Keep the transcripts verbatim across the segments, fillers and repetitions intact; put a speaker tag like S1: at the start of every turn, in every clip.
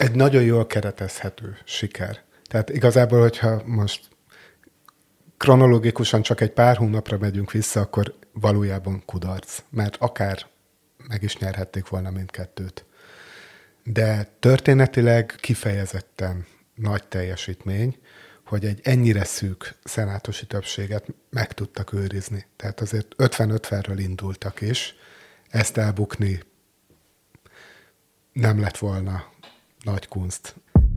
S1: egy nagyon jól keretezhető siker. Tehát igazából, hogyha most kronológikusan csak egy pár hónapra megyünk vissza, akkor valójában kudarc, mert akár meg is nyerhették volna mindkettőt. De történetileg kifejezetten nagy teljesítmény, hogy egy ennyire szűk szenátusi többséget meg tudtak őrizni. Tehát azért ötven-ötvenről indultak is, ezt elbukni nem lett volna nagy kunst.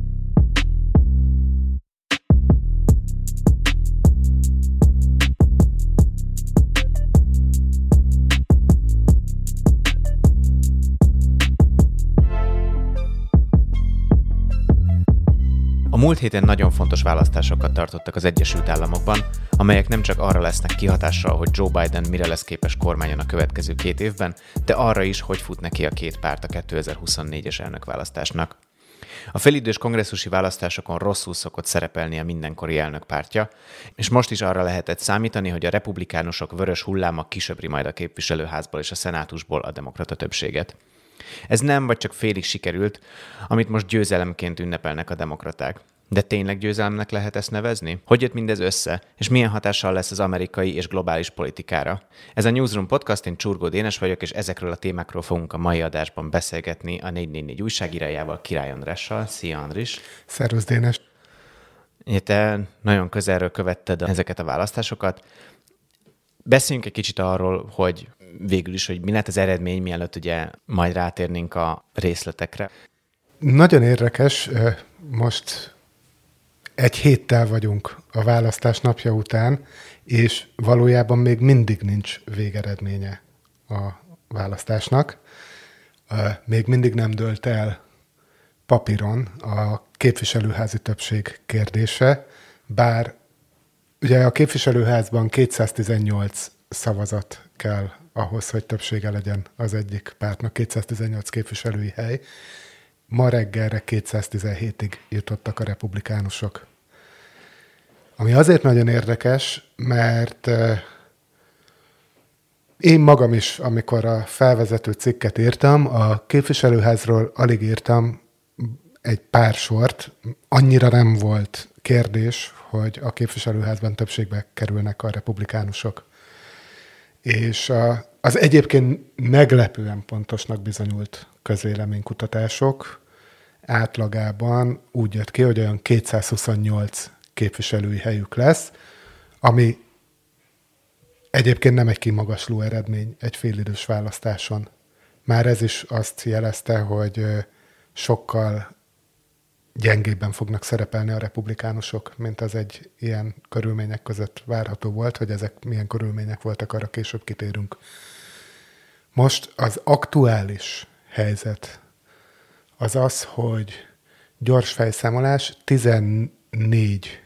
S2: A múlt héten nagyon fontos választásokat tartottak az Egyesült Államokban, amelyek nem csak arra lesznek kihatással, hogy Joe Biden mire lesz képes kormányon a következő két évben, de arra is, hogy fut neki a két párt a kétezer-huszonnégyes elnökválasztásnak. A félidős kongresszusi választásokon rosszul szokott szerepelni a mindenkori elnökpártja, és most is arra lehetett számítani, hogy a republikánusok vörös hulláma kisöpri majd a képviselőházból és a szenátusból a demokrata többséget. Ez nem vagy csak félig sikerült, amit most győzelemként ünnepelnek a demokraták. De tényleg győzelemnek lehet ezt nevezni? Hogy jött mindez össze, és milyen hatással lesz az amerikai és globális politikára? Ez a Newsroom Podcast, én Csurgó Dénes vagyok, és ezekről a témákról fogunk a mai adásban beszélgetni a négy négy négy újságírójával, Király Andrással. Szia, Andris!
S1: Szervusz, Dénes!
S2: Te nagyon közelről követted ezeket a választásokat. Beszéljünk egy kicsit arról, hogy végül is, hogy mi lett az eredmény, mielőtt ugye majd rátérnénk a részletekre.
S1: Nagyon érdekes, most egy héttel vagyunk a választás napja után, és valójában még mindig nincs végeredménye a választásnak. Még mindig nem dőlt el papíron a képviselőházi többség kérdése, bár ugye a képviselőházban kétszáztizennyolc szavazat kell ahhoz, hogy többsége legyen az egyik pártnak, kétszáztizennyolc képviselői hely. Ma reggelre kétszáztizenhétig jutottak a republikánusok. Ami azért nagyon érdekes, mert én magam is, amikor a felvezető cikket írtam, a képviselőházról alig írtam egy pár sort, annyira nem volt kérdés, hogy a képviselőházban többségbe kerülnek a republikánusok. És a, az egyébként meglepően pontosnak bizonyult közvéleménykutatások átlagában úgy jött ki, hogy olyan kétszázhuszonnyolc képviselői helyük lesz, ami egyébként nem egy kimagasló eredmény egy félidős választáson. Már ez is azt jelezte, hogy sokkal gyengébben fognak szerepelni a republikánusok, mint az egy ilyen körülmények között várható volt, hogy ezek milyen körülmények voltak, arra később kitérünk. Most az aktuális helyzet az az, hogy gyors fejszámolás, tizennégy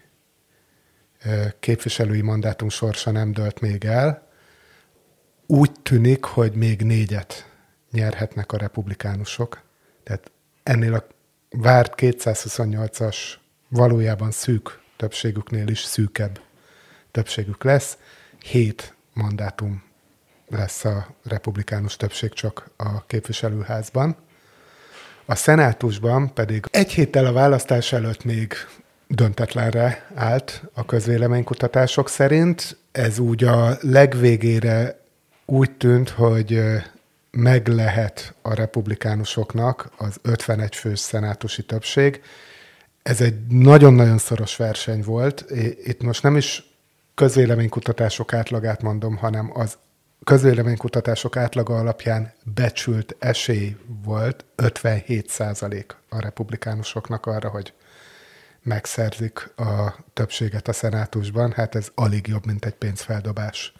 S1: képviselői mandátum sorsa nem dőlt még el. Úgy tűnik, hogy még négyet nyerhetnek a republikánusok. Tehát ennél a várt kétszázhuszonnyolcas valójában szűk többségüknél is szűkebb többségük lesz. Hét mandátum lesz a republikánus többség csak a képviselőházban. A szenátusban pedig egy héttel a választás előtt még döntetlenre állt a közvéleménykutatások szerint. Ez úgy a legvégére úgy tűnt, hogy meg lehet a republikánusoknak az ötvenegy fős szenátusi többség. Ez egy nagyon-nagyon szoros verseny volt. Itt most nem is közvéleménykutatások átlagát mondom, hanem az közvéleménykutatások átlaga alapján becsült esély volt ötvenhét százalék a republikánusoknak arra, hogy megszerzik a többséget a szenátusban. Hát ez alig jobb, mint egy pénzfeldobás.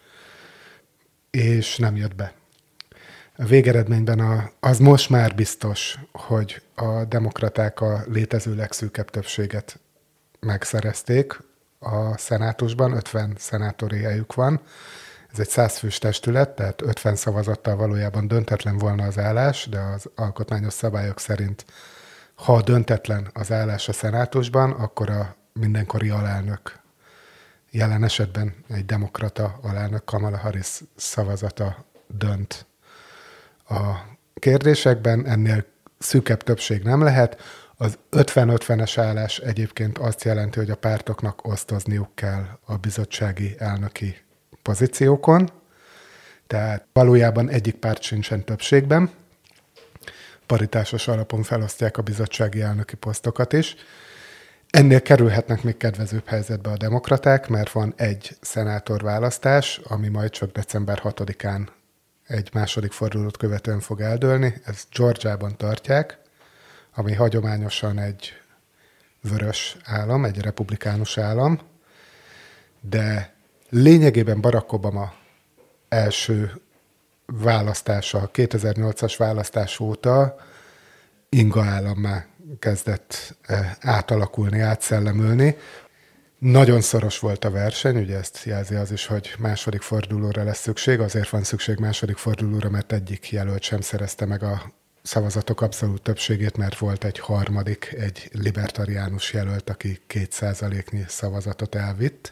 S1: És nem jött be. A végeredményben a, az most már biztos, hogy a demokraták a létező legszűkebb többséget megszerezték a szenátusban, ötven szenátori helyük van. Ez egy száz fős testület, tehát ötven szavazattal valójában döntetlen volna az állás, de az alkotmányos szabályok szerint, ha döntetlen az állás a szenátusban, akkor a mindenkori alelnök, jelen esetben egy demokrata alelnök, Kamala Harris szavazata dönt a kérdésekben, ennél szűkebb többség nem lehet. Az ötven-ötvenes állás egyébként azt jelenti, hogy a pártoknak osztozniuk kell a bizottsági elnöki pozíciókon, tehát valójában egyik párt sincsen többségben, paritásos alapon felosztják a bizottsági elnöki posztokat is. Ennél kerülhetnek még kedvezőbb helyzetbe a demokraták, mert van egy szenátorválasztás, ami majd csak december hatodikán egy második fordulót követően fog eldőlni. Ezt Georgiában tartják, ami hagyományosan egy vörös állam, egy republikánus állam, de lényegében Barack Obama első választása, kétezer-nyolcas választás óta inga állammá kezdett átalakulni, átszellemülni. Nagyon szoros volt a verseny, ugye ezt jelzi az is, hogy második fordulóra lesz szükség, azért van szükség második fordulóra, mert egyik jelölt sem szerezte meg a szavazatok abszolút többségét, mert volt egy harmadik, egy libertariánus jelölt, aki két százaléknyi szavazatot elvitt.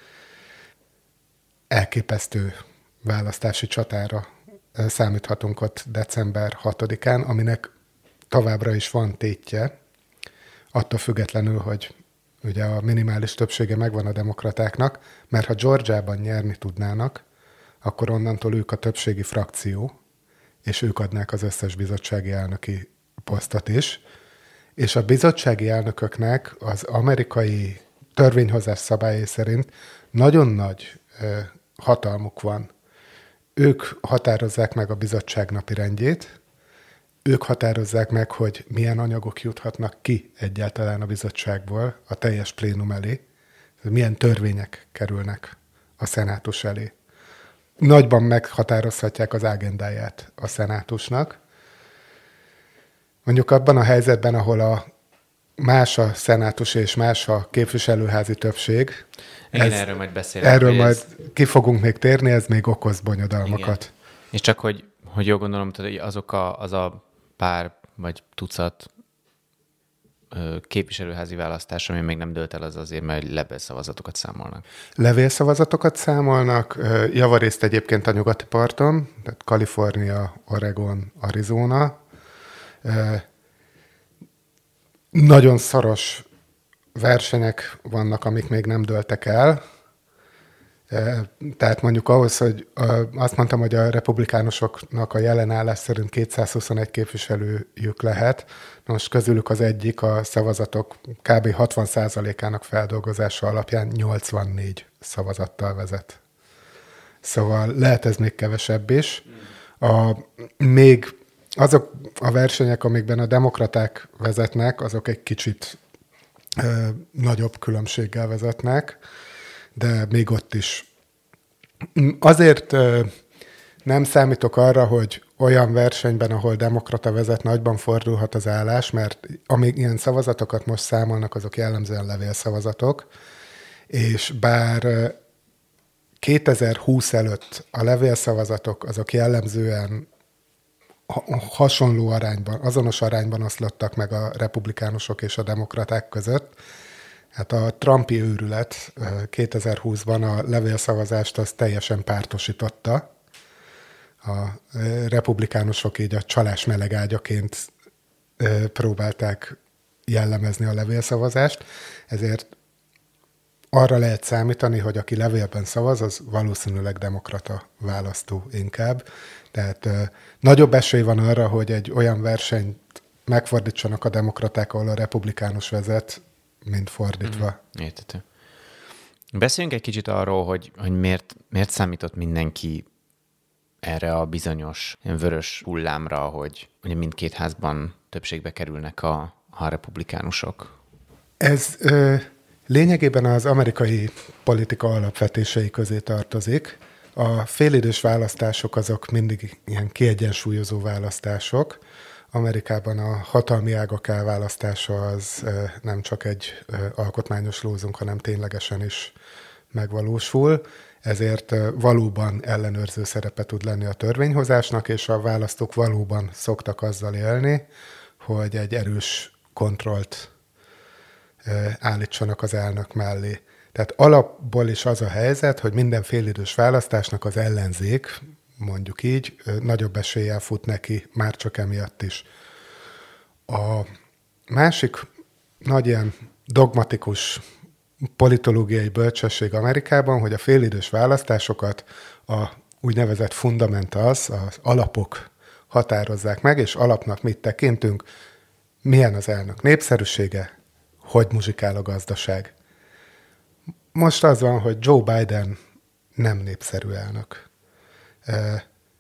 S1: Elképesztő választási csatára számíthatunk ott december hatodikán, aminek továbbra is van tétje, attól függetlenül, hogy ugye a minimális többsége megvan a demokratáknak, mert ha Georgiában nyerni tudnának, akkor onnantól ők a többségi frakció, és ők adnák az összes bizottsági elnöki posztot is. És a bizottsági elnököknek az amerikai törvényhozás szabályai szerint nagyon nagy ö, hatalmuk van. Ők határozzák meg a bizottság napirendjét, ők határozzák meg, hogy milyen anyagok juthatnak ki egyáltalán a bizottságból a teljes plénum elé, milyen törvények kerülnek a szenátus elé. Nagyban meghatározhatják az agendáját a szenátusnak. Mondjuk abban a helyzetben, ahol a más a szenátus és más a képviselőházi többség.
S2: Igen, ez, erről majd beszélünk.
S1: Erről majd ez... ki fogunk még térni, ez még okoz bonyodalmakat.
S2: Igen. És csak, hogy, hogy jól gondolom, hogy azok a, az a pár vagy tucat ö, képviselőházi választás, ami még nem dőlt el, az azért, mert levélszavazatokat számolnak.
S1: Levélszavazatokat számolnak, javarészt egyébként a nyugati parton, tehát Kalifornia, Oregon, Arizona. Nagyon szoros versenyek vannak, amik még nem dőltek el. Tehát mondjuk ahhoz, hogy azt mondtam, hogy a republikánusoknak a jelen állás szerint kétszázhuszonegy képviselőjük lehet. Most közülük az egyik a szavazatok kb. hatvan százalékának feldolgozása alapján nyolcvannégy szavazattal vezet. Szóval lehet ez még kevesebb is. A, még azok a versenyek, amikben a demokraták vezetnek, azok egy kicsit ö, nagyobb különbséggel vezetnek, de még ott is. Azért ö, nem számítok arra, hogy olyan versenyben, ahol demokrata vezet, nagyban fordulhat az állás, mert amíg ilyen szavazatokat most számolnak, azok jellemzően levélszavazatok, és bár kétezer-húsz előtt a levélszavazatok azok jellemzően hasonló arányban, azonos arányban oszlottak meg a republikánusok és a demokraták között. Hát a Trumpi őrület kétezer-húszban a levélszavazást az teljesen pártosította. A republikánusok így a csalás melegágyaként próbálták jellemezni a levélszavazást, ezért arra lehet számítani, hogy aki levélben szavaz, az valószínűleg demokrata választó inkább. Tehát ö, nagyobb esély van arra, hogy egy olyan versenyt megfordítsanak a demokraták, ahol a republikánus vezet, mint fordítva.
S2: Mm, értető. Beszéljünk egy kicsit arról, hogy, hogy miért, miért számított mindenki erre a bizonyos vörös hullámra, hogy ugye mindkét házban többségbe kerülnek a, a republikánusok.
S1: Ez ö, lényegében az amerikai politika alapvetései közé tartozik. A félidős választások azok mindig ilyen kiegyensúlyozó választások. Amerikában a hatalmi ágak elválasztása az nem csak egy alkotmányos lózunk, hanem ténylegesen is megvalósul. Ezért valóban ellenőrző szerepe tud lenni a törvényhozásnak, és a választók valóban szoktak azzal élni, hogy egy erős kontrollt állítsanak az elnök mellé. Tehát alapból is az a helyzet, hogy minden félidős választásnak az ellenzék, mondjuk így, nagyobb eséllyel fut neki, már csak emiatt is. A másik nagy ilyen dogmatikus politológiai bölcsesség Amerikában, hogy a félidős választásokat a úgynevezett fundamentals, az alapok határozzák meg, és alapnak mit tekintünk, milyen az elnök népszerűsége, hogy muzsikál a gazdaság. Most az van, hogy Joe Biden nem népszerű elnök. E,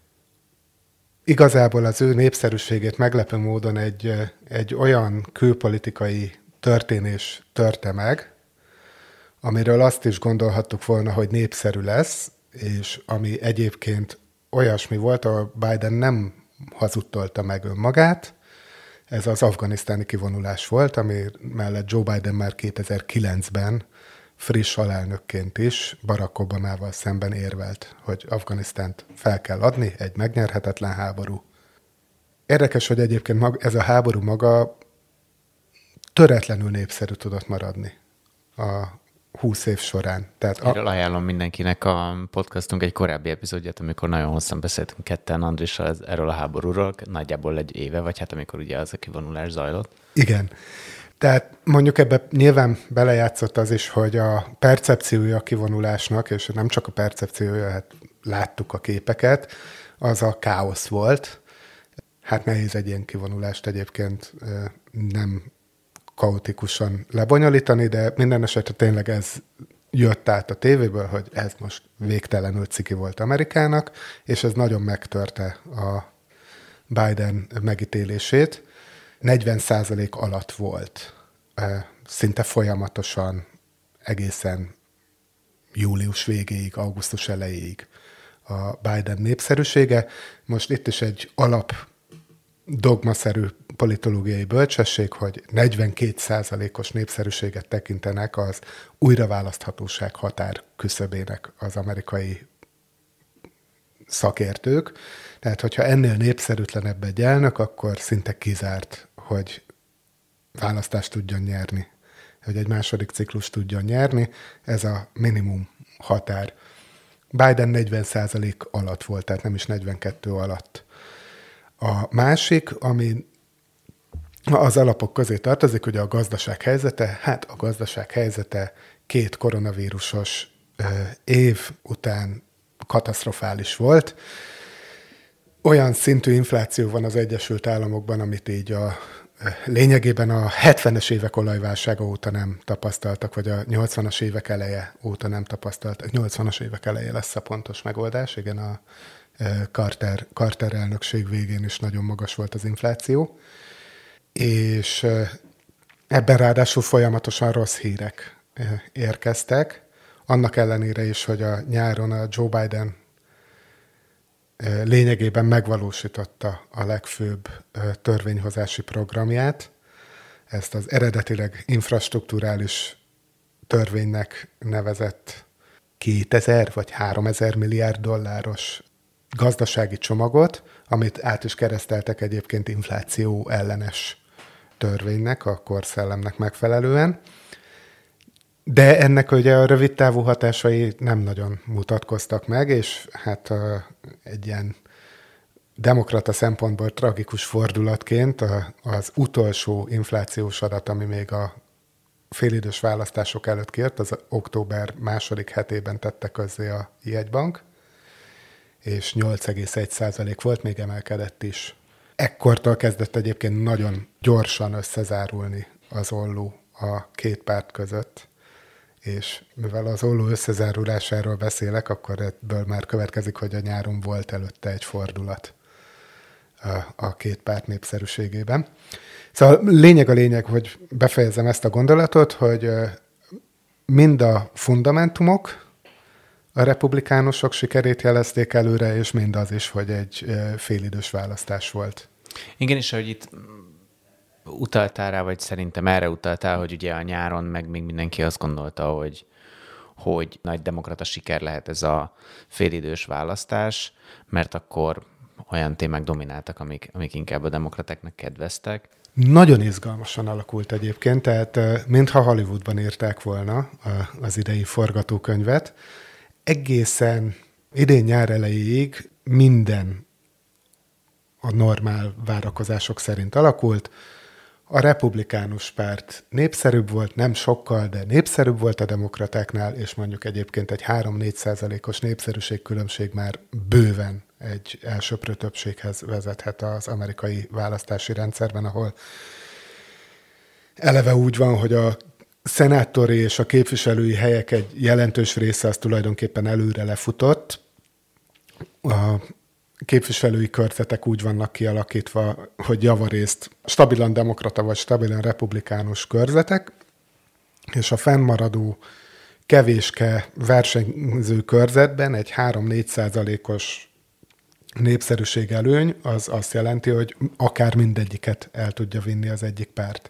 S1: igazából az ő népszerűségét meglepő módon egy, egy olyan külpolitikai történés törte meg, amiről azt is gondolhattuk volna, hogy népszerű lesz, és ami egyébként olyasmi volt, ahol Biden nem hazudtolta meg önmagát. Ez az afganisztáni kivonulás volt, ami mellett Joe Biden már kétezer-kilencben friss alelnökként is Barack Obamával szemben érvelt, hogy Afganisztánt fel kell adni, egy megnyerhetetlen háború. Érdekes, hogy egyébként ez a háború maga töretlenül népszerű tudott maradni a húsz év során. Tehát a...
S2: Erről ajánlom mindenkinek a podcastunk egy korábbi epizódját, amikor nagyon hosszan beszéltünk ketten Andrissal erről a háborúról, nagyjából egy éve, vagy hát amikor ugye az a kivonulás zajlott.
S1: Igen. Tehát mondjuk ebbe nyilván belejátszott az is, hogy a percepciója a kivonulásnak, és nem csak a percepciója, hát láttuk a képeket, az a káosz volt. Hát nehéz egy ilyen kivonulást egyébként nem kaotikusan lebonyolítani, de minden esetre tényleg ez jött át a tévéből, hogy ez most végtelenül ciki volt Amerikának, és ez nagyon megtörte a Biden megítélését. negyven százalék alatt volt, szinte folyamatosan egészen július végéig, augusztus elejéig a Biden népszerűsége. Most itt is egy alap dogmaszerű politológiai bölcsesség, hogy negyvenkét százalékos népszerűséget tekintenek az újraválaszthatóság határ küszöbének az amerikai szakértők. Tehát, hogyha ennél népszerűtlenebb egy elnök, akkor szinte kizárt, hogy választást tudjon nyerni, hogy egy második ciklus tudjon nyerni. Ez a minimum határ. Biden negyven százalék alatt volt, tehát nem is negyvenkettő alatt. A másik, ami az alapok közé tartozik, ugye a gazdaság helyzete. Hát a gazdaság helyzete két koronavírusos év után katasztrofális volt. Olyan szintű infláció van az Egyesült Államokban, amit így a lényegében a hetvenes évek olajválsága óta nem tapasztaltak, vagy a nyolcvanas évek eleje óta nem tapasztaltak. nyolcvanas évek eleje lesz a pontos megoldás. Igen, a Carter, Carter elnökség végén is nagyon magas volt az infláció. És ebben ráadásul folyamatosan rossz hírek érkeztek. Annak ellenére is, hogy a nyáron a Joe Biden lényegében megvalósította a legfőbb törvényhozási programját. Ezt az eredetileg infrastrukturális törvénynek nevezett kétezer vagy háromezer milliárd dolláros gazdasági csomagot, amit át is kereszteltek egyébként infláció ellenes törvénynek, a korszellemnek megfelelően. De ennek ugye a rövid távú hatásai nem nagyon mutatkoztak meg, és hát a, egy ilyen demokrata szempontból tragikus fordulatként a, az utolsó inflációs adat, ami még a félidős választások előtt kijött, az október második hetében tette közzé a jegybank, és nyolc egész egy százalék volt, még emelkedett is. Ekkortól kezdett egyébként nagyon gyorsan összezárulni az olló a két párt között, és mivel az olló összezárulásáról beszélek, akkor ebből már következik, hogy a nyáron volt előtte egy fordulat a, a két párt népszerűségében. Szóval lényeg a lényeg, hogy befejezem ezt a gondolatot, hogy mind a fundamentumok a republikánusok sikerét jelezték előre, és mind az is, hogy egy félidős választás volt.
S2: Igen, és hogy itt utaltál rá, vagy szerintem erre utaltál, hogy ugye a nyáron meg még mindenki azt gondolta, hogy, hogy nagy demokrata siker lehet ez a félidős választás, mert akkor olyan témák domináltak, amik, amik inkább a demokratáknak kedveztek.
S1: Nagyon izgalmasan alakult egyébként, tehát mintha Hollywoodban írták volna az idei forgatókönyvet. Egészen idén nyár elejéig minden a normál várakozások szerint alakult. A republikánus párt népszerűbb volt, nem sokkal, de népszerűbb volt a demokratáknál, és mondjuk egyébként egy három-négy százalékos népszerűségkülönbség már bőven egy elsöprő többséghez vezethet az amerikai választási rendszerben, ahol eleve úgy van, hogy a szenátori és a képviselői helyek egy jelentős része az tulajdonképpen előre lefutott. A képviselői körzetek úgy vannak kialakítva, hogy javarészt stabilan demokrata vagy stabilan republikánus körzetek, és a fennmaradó kevéske versenyző körzetben egy három-négy százalékos népszerűség előny az azt jelenti, hogy akár mindegyiket el tudja vinni az egyik párt.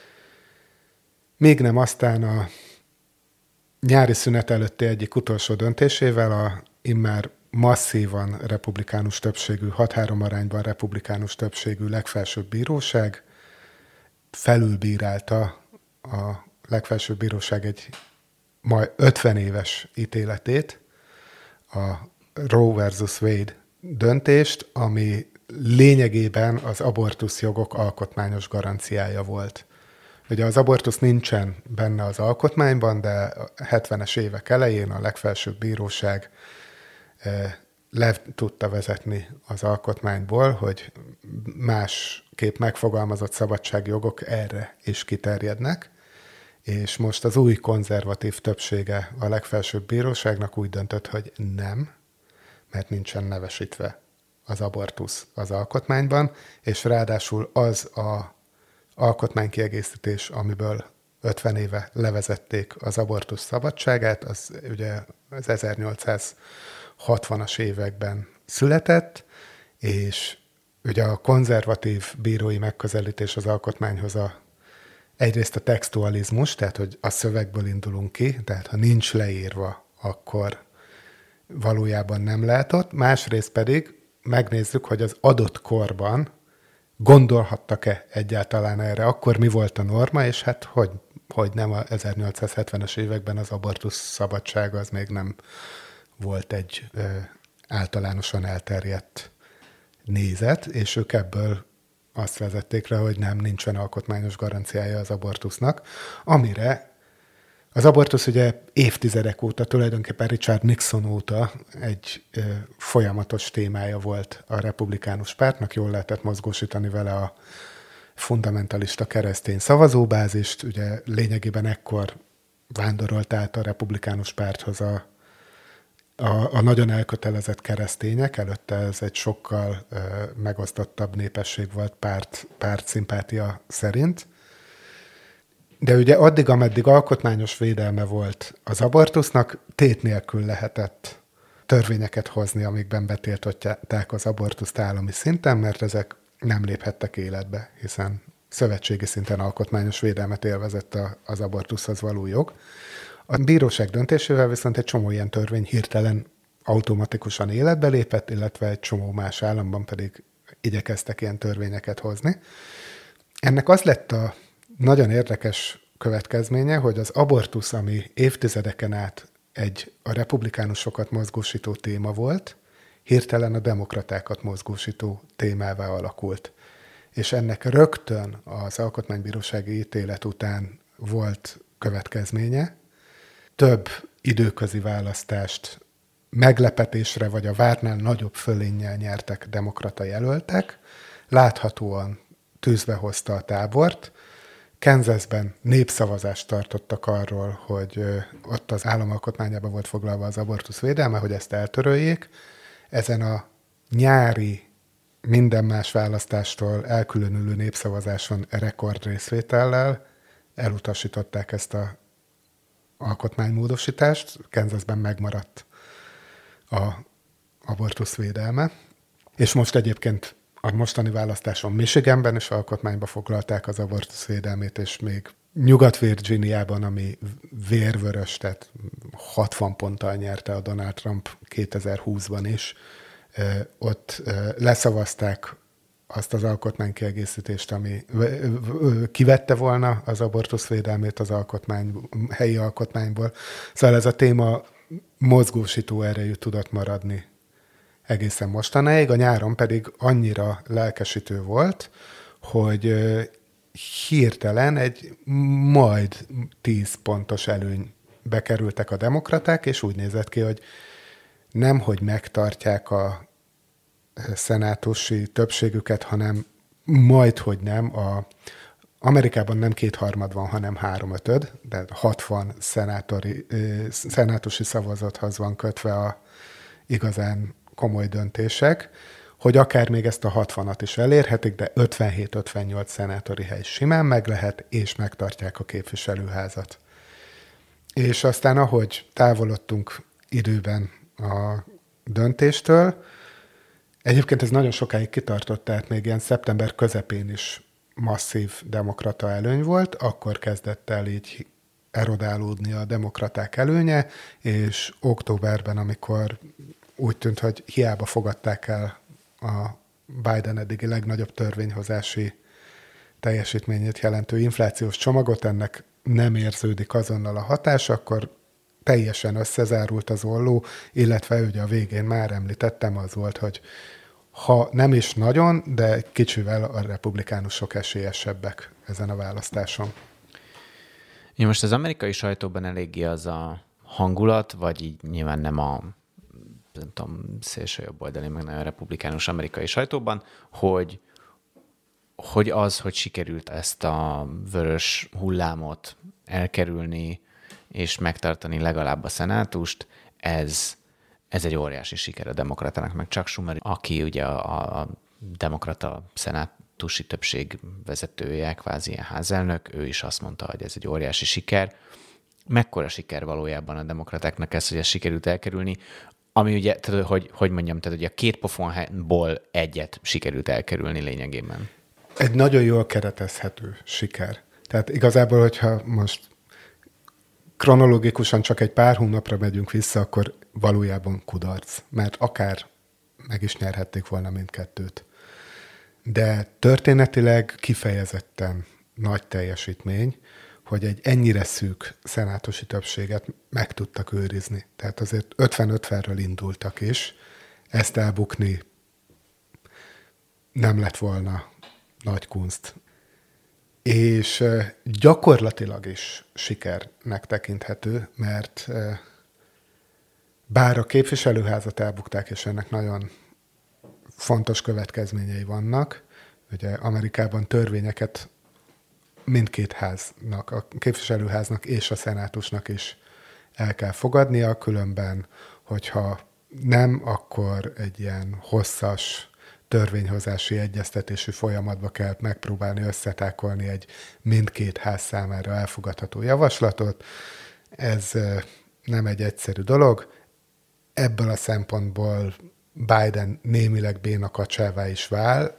S1: Még nem aztán a nyári szünet előtti egyik utolsó döntésével a immár masszívan republikánus többségű, hat-három arányban republikánus többségű legfelsőbb bíróság felülbírálta a legfelsőbb bíróság egy majd ötven éves ítéletét, a Roe versus Wade döntést, ami lényegében az abortusz jogok alkotmányos garanciája volt. Ugye az abortusz nincsen benne az alkotmányban, de a hetvenes évek elején a legfelsőbb bíróság le tudta vezetni az alkotmányból, hogy másképp megfogalmazott szabadságjogok erre is kiterjednek, és most az új konzervatív többsége a legfelsőbb bíróságnak úgy döntött, hogy nem, mert nincsen nevesítve az abortusz az alkotmányban, és ráadásul az a alkotmánykiegészítés, amiből ötven éve levezették az abortusz szabadságát, az ugye az ezernyolcszázhatvanas években született, és ugye a konzervatív bírói megközelítés az alkotmányhoz a, egyrészt a textualizmus, tehát hogy a szövegből indulunk ki, tehát ha nincs leírva, akkor valójában nem lehet ott, másrészt pedig megnézzük, hogy az adott korban gondolhattak-e egyáltalán erre, akkor mi volt a norma, és hát hogy, hogy nem a ezernyolcszázhetvenes években az abortusz szabadsága az még nem volt egy ö, általánosan elterjedt nézet, és ők ebből azt vezették le, hogy nem, nincsen alkotmányos garanciája az abortusznak, amire az abortusz ugye évtizedek óta, tulajdonképpen Richard Nixon óta egy ö, folyamatos témája volt a republikánus pártnak, jól lehetett mozgósítani vele a fundamentalista keresztény szavazóbázist, ugye lényegében ekkor vándorolt át a republikánus párthoz a, a, a nagyon elkötelezett keresztények, előtte ez egy sokkal ö, megosztottabb népesség volt párt, párt szimpátia szerint. De ugye addig, ameddig alkotmányos védelme volt az abortusznak, tét nélkül lehetett törvényeket hozni, amikben betiltották az abortuszt állami szinten, mert ezek nem léphettek életbe, hiszen szövetségi szinten alkotmányos védelmet élvezett az abortuszhoz való jog. A bíróság döntésével viszont egy csomó ilyen törvény hirtelen automatikusan életbe lépett, illetve egy csomó más államban pedig igyekeztek ilyen törvényeket hozni. Ennek az lett a nagyon érdekes következménye, hogy az abortusz, ami évtizedeken át egy a republikánusokat mozgósító téma volt, hirtelen a demokratákat mozgósító témává alakult. És ennek rögtön az alkotmánybírósági ítélet után volt következménye. Több időközi választást meglepetésre vagy a vártnál nagyobb fölénnyel nyertek demokrata jelöltek, láthatóan tűzbe hozta a tábort. Kansasben népszavazást tartottak arról, hogy ott az államalkotmányában volt foglalva az abortusz védelme, hogy ezt eltöröljék. Ezen a nyári, minden más választástól elkülönülő népszavazáson rekord részvétellel elutasították ezt az alkotmánymódosítást. Kansasben megmaradt az abortusz védelme. És most egyébként a mostani választáson Michiganben is alkotmányba foglalták az abortusz védelmét, és még Nyugat-Virginiában, ami vérvörös, tehát hatvan ponttal nyerte a Donald Trump kétezer-húszban is, ott leszavazták azt az alkotmánykiegészítést, ami kivette volna az abortusz védelmét az alkotmány, helyi alkotmányból. Szóval ez a téma mozgósító erejű tudott maradni egészen mostanáig, a nyáron pedig annyira lelkesítő volt, hogy hirtelen egy majd tíz pontos előnybe kerültek a demokraták, és úgy nézett ki, hogy nemhogy megtartják a szenátusi többségüket, hanem majdhogy nem. A Amerikában nem kétharmad van, hanem háromötöd, de hatvan szenátori, szenátusi szavazathoz van kötve a igazán komoly döntések, hogy akár még ezt a hatvanat is elérhetik, de ötvenhét-ötvennyolc szenátori hely simán meg lehet, és megtartják a képviselőházat. És aztán, ahogy távolodtunk időben a döntéstől, egyébként ez nagyon sokáig kitartott, tehát még ilyen szeptember közepén is masszív demokrata előny volt, akkor kezdett el így erodálódni a demokraták előnye, és októberben, amikor úgy tűnt, hogy hiába fogadták el a Biden eddigi legnagyobb törvényhozási teljesítményét jelentő inflációs csomagot, ennek nem érződik azonnal a hatás, akkor teljesen összezárult az olló, illetve ugye a végén már említettem, az volt, hogy ha nem is nagyon, de kicsivel a republikánusok esélyesebbek ezen a választáson.
S2: Ja, most az amerikai sajtóban eléggé az a hangulat, vagy így nyilván nem a nem tudom, szélső jobb oldali, meg nagyon republikánus amerikai sajtóban, hogy, hogy az, hogy sikerült ezt a vörös hullámot elkerülni, és megtartani legalább a szenátust, ez, ez egy óriási siker a demokratának, meg Chuck Schumer, aki ugye a, a demokrata szenátusi többség vezetője, kvázi ilyen házelnök, ő is azt mondta, hogy ez egy óriási siker. Mekkora siker valójában a demokratáknak ez, hogy ezt sikerült elkerülni, ami ugye, tehát, hogy, hogy mondjam, tehát ugye a két pofonból egyet sikerült elkerülni lényegében.
S1: Egy nagyon jól keretezhető siker. Tehát igazából, hogyha most kronológikusan csak egy pár hónapra megyünk vissza, akkor valójában kudarc, mert akár meg is nyerhették volna mindkettőt. De történetileg kifejezetten nagy teljesítmény, hogy egy ennyire szűk szenátusi többséget meg tudtak őrizni. Tehát azért ötven-ötvenről indultak is, ezt elbukni nem lett volna nagy kunst. És gyakorlatilag is sikernek tekinthető, mert bár a képviselőházat elbukták, és ennek nagyon fontos következményei vannak, ugye Amerikában törvényeket mindkét háznak, a képviselőháznak és a szenátusnak is el kell fogadnia, különben, hogyha nem, akkor egy ilyen hosszas törvényhozási egyeztetési folyamatba kell megpróbálni összetákolni egy mindkét ház számára elfogadható javaslatot. Ez nem egy egyszerű dolog. Ebből a szempontból Biden némileg bénakacsává is vált.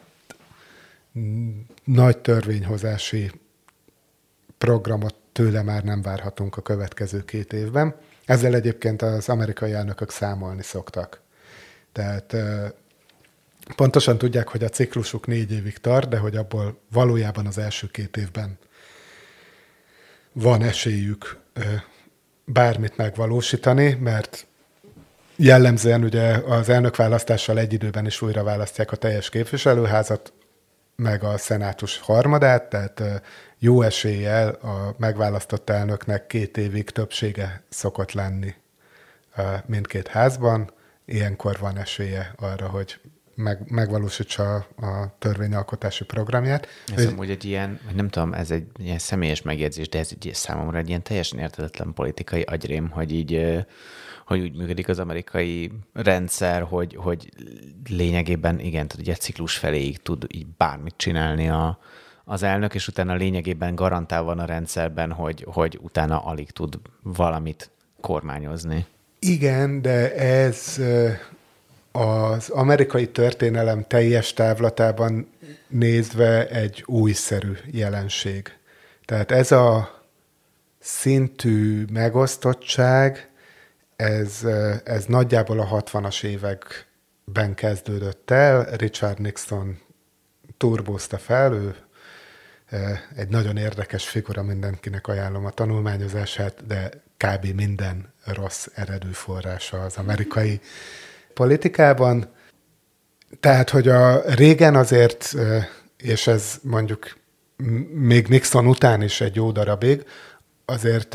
S1: Nagy törvényhozási programot tőle már nem várhatunk a következő két évben. Ezzel egyébként az amerikai elnökök számolni szoktak. Tehát pontosan tudják, hogy a ciklusuk négy évig tart, de hogy abból valójában az első két évben van esélyük bármit megvalósítani, mert jellemzően ugye az elnökválasztással egy időben is újra választják a teljes képviselőházat, meg a szenátus harmadát, tehát jó eséllyel a megválasztott elnöknek két évig többsége szokott lenni mindkét házban. Ilyenkor van esélye arra, hogy meg, megvalósítsa a törvényalkotási programját.
S2: Ez ő... amúgy egy ilyen, nem tudom, ez egy ilyen személyes megjegyzés, de ez egy számomra egy ilyen teljesen érthetetlen politikai agyrém, hogy így, hogy úgy működik az amerikai rendszer, hogy, hogy lényegében igen, tehát ugye ciklus feléig tud így bármit csinálni a, az elnök, és utána lényegében garantál van a rendszerben, hogy, hogy utána alig tud valamit kormányozni.
S1: Igen, de ez az amerikai történelem teljes távlatában nézve egy újszerű jelenség. Tehát ez a szintű megosztottság, ez, ez nagyjából a hatvanas években kezdődött el. Richard Nixon turbózta fel, ő egy nagyon érdekes figura, mindenkinek ajánlom a tanulmányozását, de kb. Minden rossz eredő forrása az amerikai politikában. Tehát, hogy a régen azért, és ez mondjuk még Nixon után is egy jó darabig, azért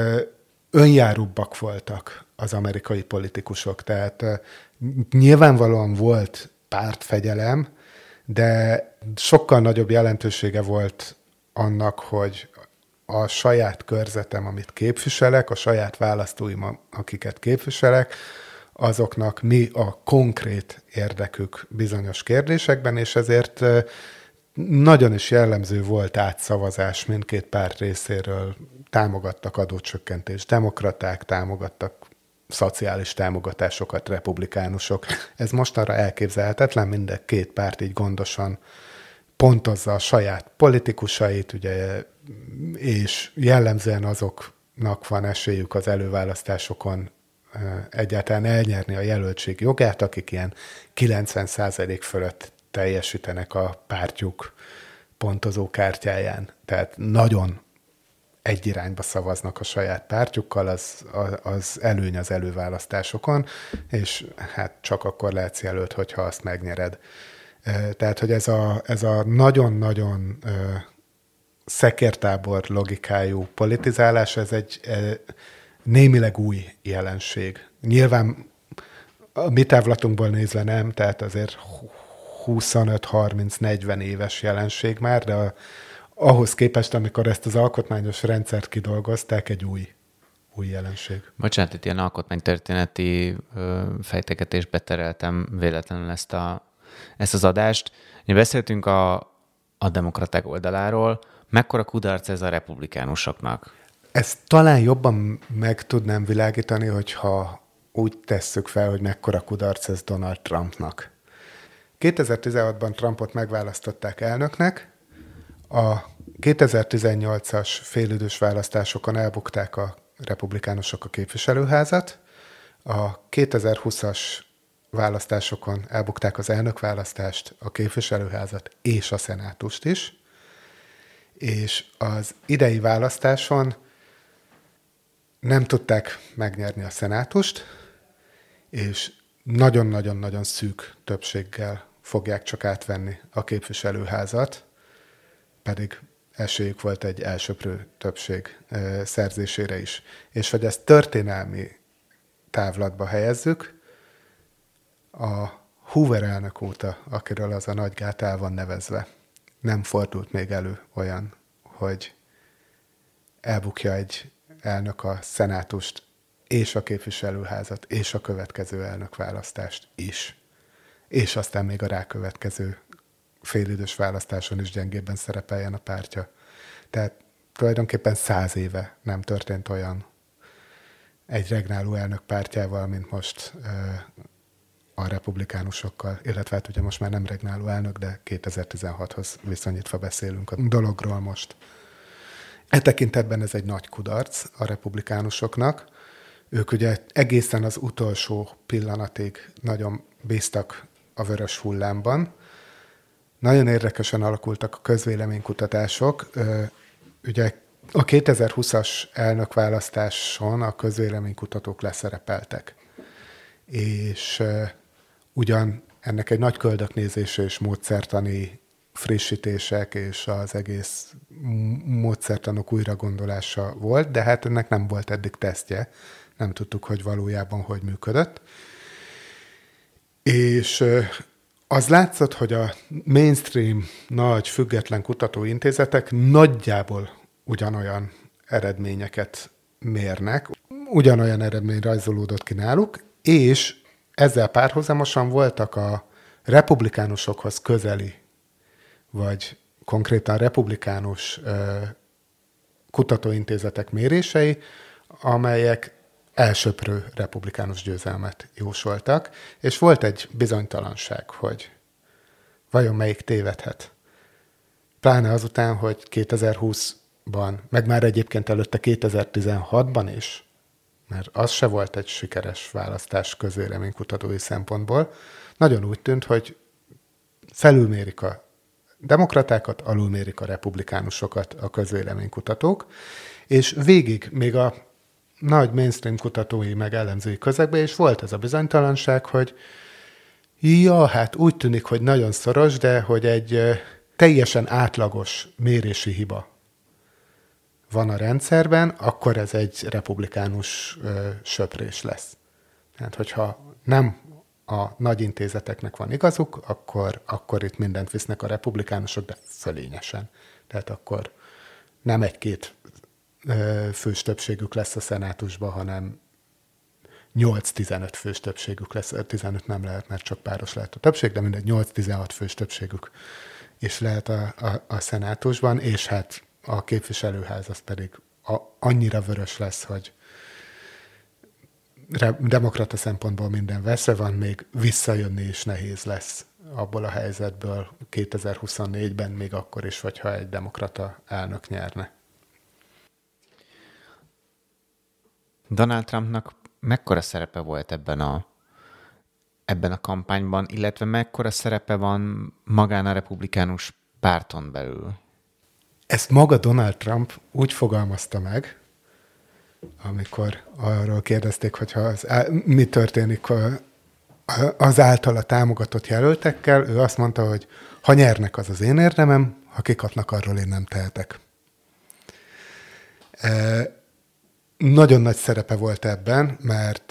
S1: önjáróbbak voltak az amerikai politikusok. Tehát nyilvánvalóan volt pártfegyelem, de sokkal nagyobb jelentősége volt annak, hogy a saját körzetem, amit képviselek, a saját választóim, akiket képviselek, azoknak mi a konkrét érdekük bizonyos kérdésekben, és ezért nagyon is jellemző volt átszavazás mindkét párt részéről. Támogattak adócsökkentést, demokraták támogattak szociális támogatásokat, republikánusok. Ez mostanra elképzelhetetlen, minden két párt így gondosan pontozza a saját politikusait, ugye, és jellemzően azoknak van esélyük az előválasztásokon egyáltalán elnyerni a jelöltség jogát, akik ilyen kilencven százalék fölött teljesítenek a pártjuk pontozó kártyáján. Tehát nagyon egy irányba szavaznak a saját pártjukkal, az, az előny az előválasztásokon, és hát csak akkor lehetsz jelölt, hogyha azt megnyered. Tehát, hogy ez a, ez a nagyon-nagyon szekértábor logikájú politizálás, ez egy némileg új jelenség. Nyilván a mi távlatunkból nézve nem, tehát azért huszonöt harminc negyven éves jelenség már, de a, ahhoz képest, amikor ezt az alkotmányos rendszert kidolgozták, egy új, új jelenség.
S2: Bocsánat, itt ilyen alkotmánytörténeti ö, fejtegetésbe tereltem véletlenül ezt, a, ezt az adást. Mi beszéltünk a, a demokraták oldaláról. Mekkora kudarc ez a republikánusoknak?
S1: Ezt talán jobban meg tudnám világítani, hogyha úgy tesszük fel, hogy mekkora kudarc ez Donald Trumpnak. kétezer-tizenhatban Trumpot megválasztották elnöknek, a kétezer-tizennyolcas félidős választásokon elbukták a republikánusok a képviselőházat, a kétezer-húszas választásokon elbukták az elnökválasztást, a képviselőházat és a szenátust is, és az idei választáson nem tudták megnyerni a szenátust, és nagyon-nagyon-nagyon szűk többséggel fogják csak átvenni a képviselőházat, pedig esélyük volt egy elsöprő többség szerzésére is. És hogy ezt történelmi távlatba helyezzük, a Hoover elnök óta, akiről az a nagy gát el van nevezve, nem fordult még elő olyan, hogy elbukja egy elnök a szenátust és a képviselőházat és a következő elnökválasztást is. És aztán még a rákövetkező félidős választáson is gyengébben szerepeljen a pártja. Tehát tulajdonképpen száz éve nem történt olyan egy regnáló elnök pártjával, mint most a republikánusokkal, illetve hát ugye most már nem regnáló elnök, de kétezer-tizenhathoz viszonyítva beszélünk a dologról most. E tekintetben ez egy nagy kudarc a republikánusoknak. Ők ugye egészen az utolsó pillanatig nagyon bíztak a vörös hullámban. Nagyon érdekesen alakultak a közvéleménykutatások. Ugye a kétezer-húszas elnökválasztáson a közvéleménykutatók leszerepeltek. És ugyan ennek egy nagy köldöknézése és módszertani frissítések és az egész módszertanok újragondolása volt, de hát ennek nem volt eddig tesztje. Nem tudtuk, hogy valójában hogy működött. És az látszott, hogy a mainstream nagy független kutatóintézetek nagyjából ugyanolyan eredményeket mérnek, ugyanolyan eredmény rajzolódott ki náluk, és ezzel párhuzamosan voltak a republikánusokhoz közeli, vagy konkrétan republikánus ö, kutatóintézetek mérései, amelyek elsöprő republikánus győzelmet jósoltak, és volt egy bizonytalanság, hogy vajon melyik tévedhet. Pláne azután, hogy kétezer-húszban, meg már egyébként előtte kétezer-tizenhatban is, mert az se volt egy sikeres választás közvéleménykutatói szempontból, nagyon úgy tűnt, hogy felülmérik a demokratákat, alulmérik a republikánusokat a közvéleménykutatók, és végig még a nagy mainstream kutatói meg elemzői közegben is volt ez a bizonytalanság, hogy ja, hát úgy tűnik, hogy nagyon szoros, de hogy egy teljesen átlagos mérési hiba van a rendszerben, akkor ez egy republikánus ö, söprés lesz. Tehát, hogyha nem a nagy intézeteknek van igazuk, akkor, akkor itt mindent visznek a republikánusok, de fölényesen. Tehát akkor nem egy-két ö, fős többségük lesz a szenátusban, hanem nyolc-tizenöt fős többségük lesz. tizenöt nem lehet, mert csak páros lehet a többség, de mindegy nyolc-tizenhat fős többségük is lehet a, a, a szenátusban, és hát a képviselőház az pedig a, annyira vörös lesz, hogy re, demokrata szempontból minden veszve van, még visszajönni is nehéz lesz abból a helyzetből kétezer-huszonnégyben, még akkor is, hogyha egy demokrata elnök nyerne.
S2: Donald Trumpnak mekkora szerepe volt ebben a, ebben a kampányban, illetve mekkora szerepe van magán a republikánus párton belül?
S1: Ezt maga Donald Trump úgy fogalmazta meg, amikor arról kérdezték, hogyha az, mi történik az általa támogatott jelöltekkel, ő azt mondta, hogy ha nyernek, az az én érdemem, ha kikapnak, arról én nem tehetek. E, nagyon nagy szerepe volt ebben, mert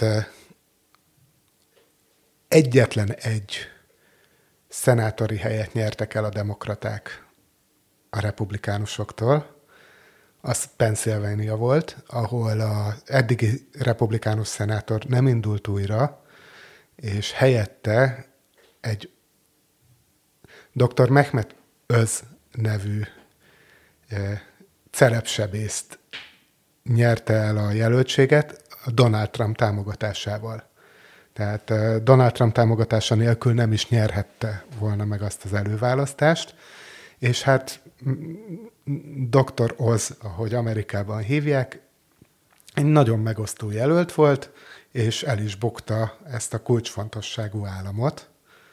S1: egyetlen egy szenátori helyet nyertek el a demokraták a republikánusoktól, az Pennsylvania volt, ahol az eddigi republikánus szenátor nem indult újra, és helyette egy doktor Mehmet Öz nevű eh, cerepsebészt nyerte el a jelöltséget a Donald Trump támogatásával. Tehát eh, Donald Trump támogatása nélkül nem is nyerhette volna meg azt az előválasztást, és hát doktor Oz, ahogy Amerikában hívják, egy nagyon megosztó jelölt volt, és el is bukta ezt a kulcsfontosságú államot,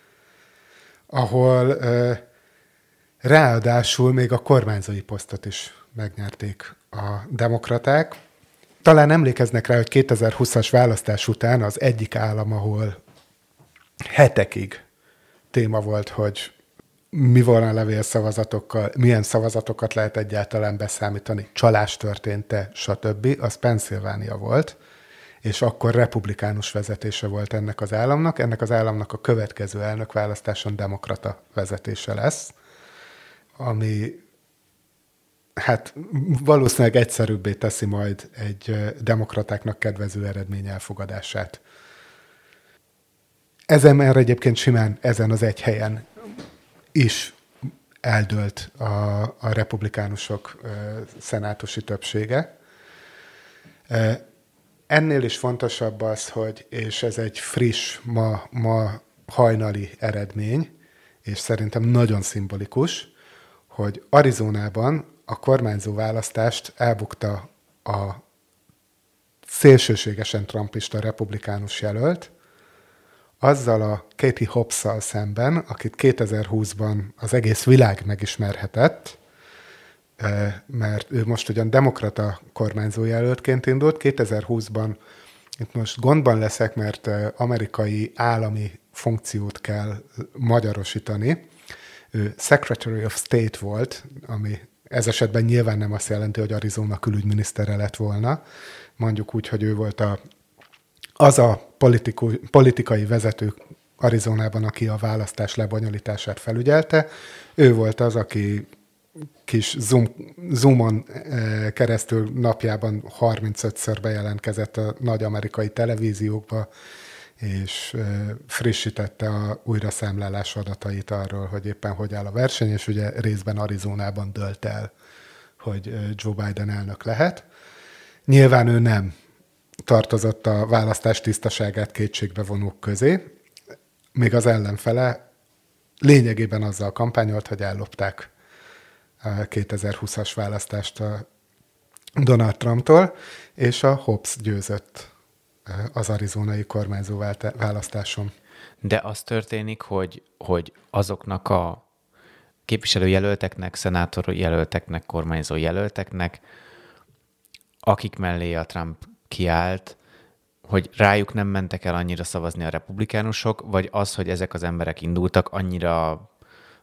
S1: ahol eh, ráadásul még a kormányzói posztot is megnyerték a demokraták. Talán emlékeznek rá, hogy kétezer-húszas választás után az egyik állam, ahol hetekig téma volt, hogy mi volna a levélszavazatokkal, milyen szavazatokat lehet egyáltalán beszámítani, csalás történt-e, stb., az Pennsylvania volt, és akkor republikánus vezetése volt ennek az államnak. Ennek az államnak a következő elnökválasztáson demokrata vezetése lesz, ami hát valószínűleg egyszerűbbé teszi majd egy demokratáknak kedvező eredmény elfogadását. Ezen már egyébként simán ezen az egy helyen is eldőlt a, a republikánusok uh, szenátusi többsége. Uh, ennél is fontosabb az, hogy, és ez egy friss, ma, ma hajnali eredmény, és szerintem nagyon szimbolikus, hogy Arizonában a kormányzó választást elbukta a szélsőségesen trumpista republikánus jelölt, azzal a Katie Hobbs-szal szemben, akit kétezer-húszban az egész világ megismerhetett, mert ő most ugyan demokrata kormányzó jelöltként indult, kétezer-húszban itt most gondban leszek, mert amerikai állami funkciót kell magyarosítani. Ő Secretary of State volt, ami ez esetben nyilván nem azt jelenti, hogy Arizona külügyminisztere lett volna. Mondjuk úgy, hogy ő volt a, az a politiku, politikai vezető Arizonában, aki a választás lebonyolítását felügyelte. Ő volt az, aki kis Zoom, Zoomon keresztül napjában harmincötször bejelentkezett a nagy amerikai televíziókba, és frissítette a újraszámlálás adatait arról, hogy éppen hogy áll a verseny, és ugye részben Arizonában dölt el, hogy Joe Biden elnök lehet. Nyilván ő nem tartozott a választás tisztaságát kétségbe vonók közé, még az ellenfele lényegében azzal kampányolt, hogy ellopták a kétezer-húszas választást a Donald Trumptól, és a Hobbs győzött az arizonai kormányzó választáson.
S2: De az történik, hogy, hogy azoknak a képviselőjelölteknek, szenátorjelölteknek, kormányzó jelölteknek, akik mellé a Trump kiállt, hogy rájuk nem mentek el annyira szavazni a republikánusok, vagy az, hogy ezek az emberek indultak, annyira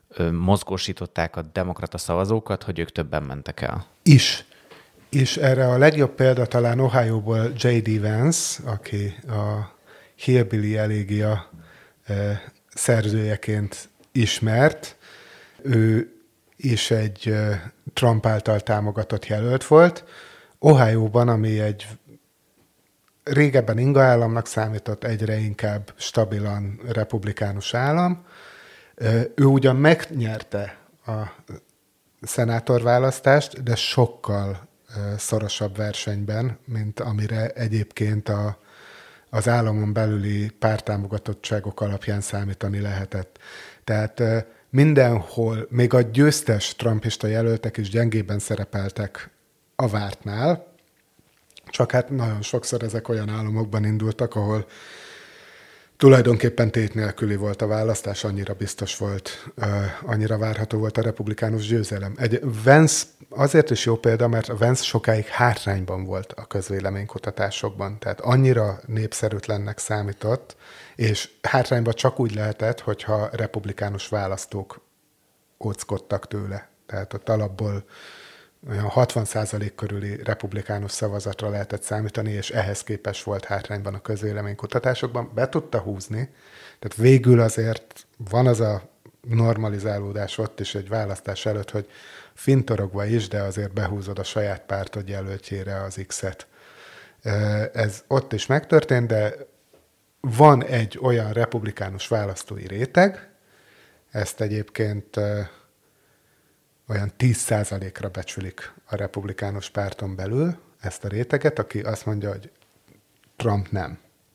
S2: mozgósították a demokrata szavazókat, hogy ők többen mentek el.
S1: Is. És erre a legjobb példa talán Ohioból jé dé Vance, aki a Hillbilly Elegia szerzőjeként ismert. Ő is egy Trump által támogatott jelölt volt. Ohioban, ami egy régebben inga államnak számított, egyre inkább stabilan republikánus állam, ő ugyan megnyerte a szenátorválasztást, de sokkal szorosabb versenyben, mint amire egyébként a, az államon belüli párttámogatottságok alapján számítani lehetett. Tehát mindenhol, még a győztes trumpista jelöltek is gyengében szerepeltek a vártnál, csak hát nagyon sokszor ezek olyan államokban indultak, ahol tulajdonképpen tét nélküli volt a választás, annyira biztos volt, annyira várható volt a republikánus győzelem. Egy Vance azért is jó példa, mert a Vance sokáig hátrányban volt a közvéleménykutatásokban, tehát annyira népszerűtlennek számított, és hátrányban csak úgy lehetett, hogyha republikánus választók óckodtak tőle. Tehát ott alapból olyan hatvan százalék körüli republikánus szavazatra lehetett számítani, és ehhez képest volt hátrányban a közvéleménykutatásokban. Be tudta húzni, tehát végül azért van az a normalizálódás ott is egy választás előtt, hogy fintorogva is, de azért behúzod a saját pártod jelöltjére az X-et. Ez ott is megtörtént, de van egy olyan republikánus választói réteg, ezt egyébként olyan tíz százalékra becsülik a republikánus párton belül ezt a réteget, aki azt mondja, hogy Trump nem.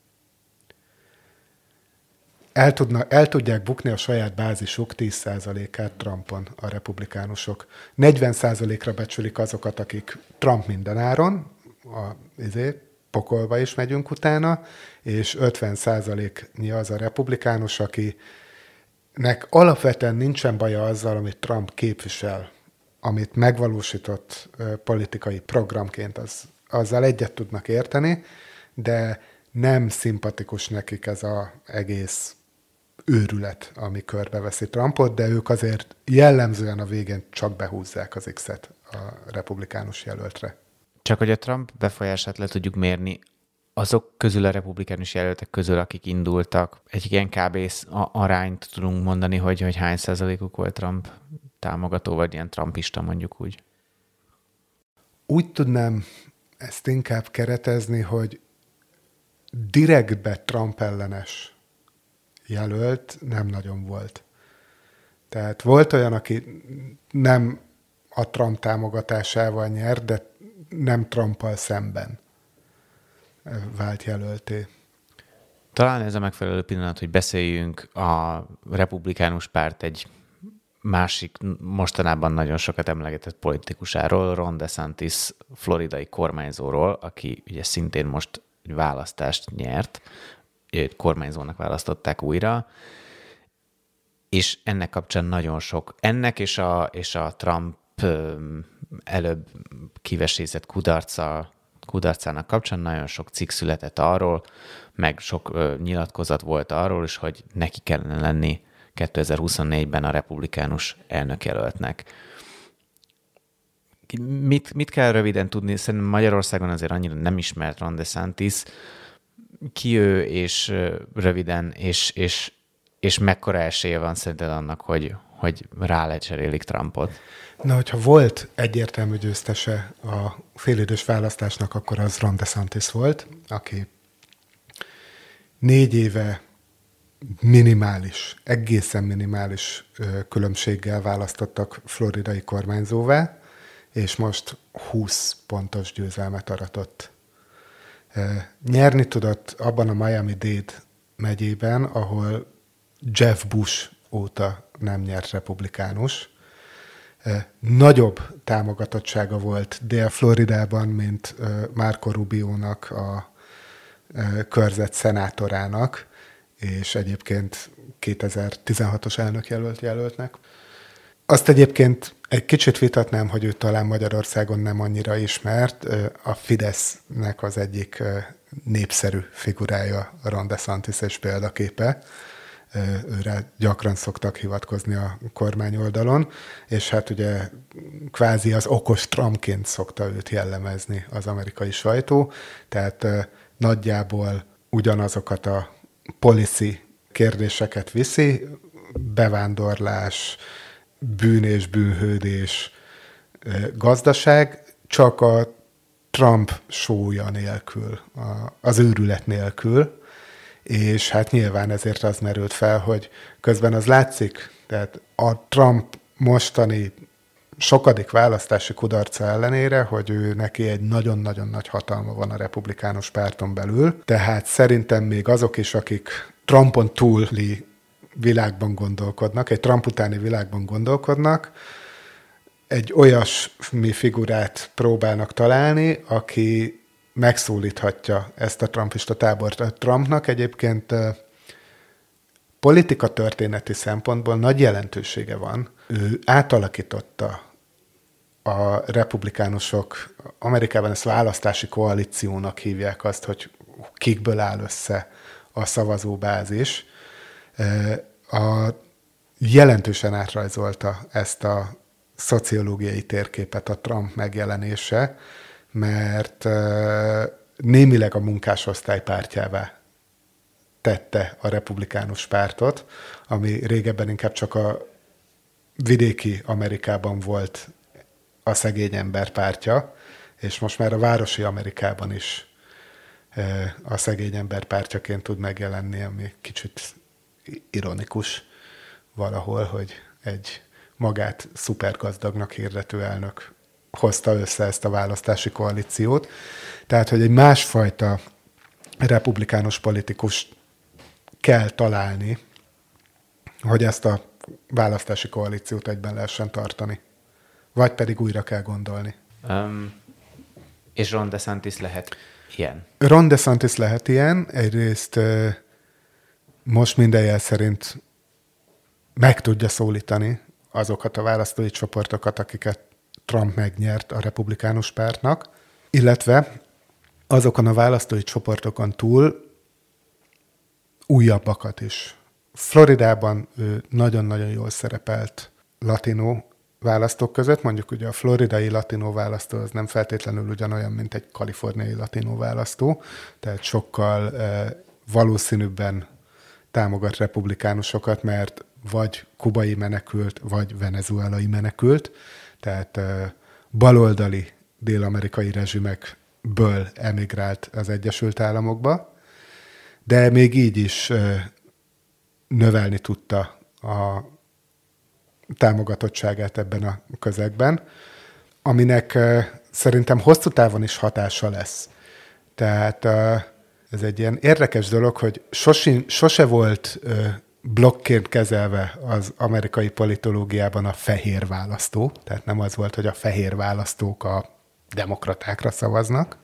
S1: El, tudna, el tudják bukni a saját bázisuk tíz százalékát Trumpon a republikánusok. negyven százalékra becsülik azokat, akik Trump mindenáron, a, izé, pokolba is megyünk utána, és ötven százaléknyi az a republikánus, aki nek alapvetően nincsen baja azzal, amit Trump képvisel, amit megvalósított uh, politikai programként, az, azzal egyet tudnak érteni, de nem szimpatikus nekik ez az egész őrület, ami körbeveszi Trumpot, de ők azért jellemzően a végén csak behúzzák az X-et a republikánus jelöltre.
S2: Csak hogy a Trump befolyását le tudjuk mérni, azok közül a republikánus jelöltek közül, akik indultak, egy ilyen kb. Arányt tudunk mondani, hogy, hogy hány százalékuk volt Trump támogató, vagy ilyen trumpista mondjuk úgy?
S1: Úgy tudnám ezt inkább keretezni, hogy direktbe Trump ellenes jelölt nem nagyon volt. Tehát volt olyan, aki nem a Trump támogatásával nyert, de nem Trumpal szemben vált jelölté.
S2: Talán ez a megfelelő pillanat, hogy beszéljünk a republikánus párt egy másik, mostanában nagyon sokat emlegetett politikusáról, Ron DeSantis floridai kormányzóról, aki ugye szintén most egy választást nyert, egy kormányzónak választották újra, és ennek kapcsán nagyon sok, ennek és a, és a Trump előbb kivesézett kudarca kudarcának kapcsán nagyon sok cikk született arról, meg sok ö, nyilatkozat volt arról is, hogy neki kellene lenni kétezer-huszonnégyben a republikánus elnökjelöltnek. Mit, mit kell röviden tudni? Szerintem Magyarországon azért annyira nem ismert Ron DeSantis. Ki ő, és ö, röviden, és, és, és mekkora esélye van szerinted annak, hogy, hogy rá lecserélik Trumpot?
S1: Na, hogyha volt egyértelmű győztese a félidős választásnak, akkor az Ron DeSantis volt, aki négy éve minimális, egészen minimális ö, különbséggel választottak floridai kormányzóvá, és most húsz pontos győzelmet aratott. Ö, nyerni tudott abban a Miami-Dade megyében, ahol Jeff Bush óta nem nyert republikánus. Nagyobb támogatottsága volt Dél-Floridában, mint Marco Rubionak, a körzet szenátorának, és egyébként kétezer-tizenhatos elnökjelölt jelöltnek. Azt egyébként egy kicsit vitatnám, hogy ő talán Magyarországon nem annyira ismert. A Fidesznek az egyik népszerű figurája Ron DeSantis és példaképe. őre gyakran szoktak hivatkozni a kormány oldalon, és hát ugye kvázi az okos Trumpként szokta őt jellemezni az amerikai sajtó, tehát nagyjából ugyanazokat a policy kérdéseket viszi, bevándorlás, bűn és bűnhődés, gazdaság, csak a Trump sója nélkül, az őrület nélkül, és hát nyilván ezért az merült fel, hogy közben az látszik, tehát a Trump mostani sokadik választási kudarca ellenére, hogy ő neki egy nagyon-nagyon nagy hatalma van a republikánus párton belül, tehát szerintem még azok is, akik Trumpon túli világban gondolkodnak, egy Trump utáni világban gondolkodnak, egy olyasmi figurát próbálnak találni, aki megszólíthatja ezt a trumpista tábort. A Trumpnak egyébként politika történeti szempontból nagy jelentősége van. Ő átalakította a republikánusok, Amerikában ezt választási koalíciónak hívják azt, hogy kikből áll össze a szavazóbázis. A jelentősen átrajzolta ezt a szociológiai térképet a Trump megjelenése, mert némileg a munkásosztály pártjává tette a republikánus pártot, ami régebben inkább csak a vidéki Amerikában volt a szegény ember pártja, és most már a városi Amerikában is a szegény ember pártjaként tud megjelenni, ami kicsit ironikus valahol, hogy egy magát szupergazdagnak hirdető elnök hozta össze ezt a választási koalíciót. Tehát, hogy egy másfajta republikánus politikus kell találni, hogy ezt a választási koalíciót egyben lehessen tartani. Vagy pedig újra kell gondolni.
S2: Um, és Ron DeSantis lehet ilyen?
S1: Ron DeSantis lehet ilyen. Egyrészt most minden jel szerint meg tudja szólítani azokat a választói csoportokat, akiket Trump megnyert a republikánus pártnak, illetve azokon a választói csoportokon túl újabbakat is. Floridában ő nagyon-nagyon jól szerepelt latinó választók között, mondjuk ugye a floridai latinó választó az nem feltétlenül ugyanolyan, mint egy kaliforniai latinó választó, tehát sokkal eh, valószínűbben támogat republikánusokat, mert vagy kubai menekült, vagy venezuelai menekült, tehát uh, baloldali dél-amerikai rezsimekből emigrált az Egyesült Államokba, de még így is uh, növelni tudta a támogatottságát ebben a közegben, aminek uh, szerintem hosszú távon is hatása lesz. Tehát uh, ez egy ilyen érdekes dolog, hogy sosin, sose volt uh, blokkként kezelve az amerikai politológiában a fehér választó, tehát nem az volt, hogy a fehér választók a demokratákra szavaznak,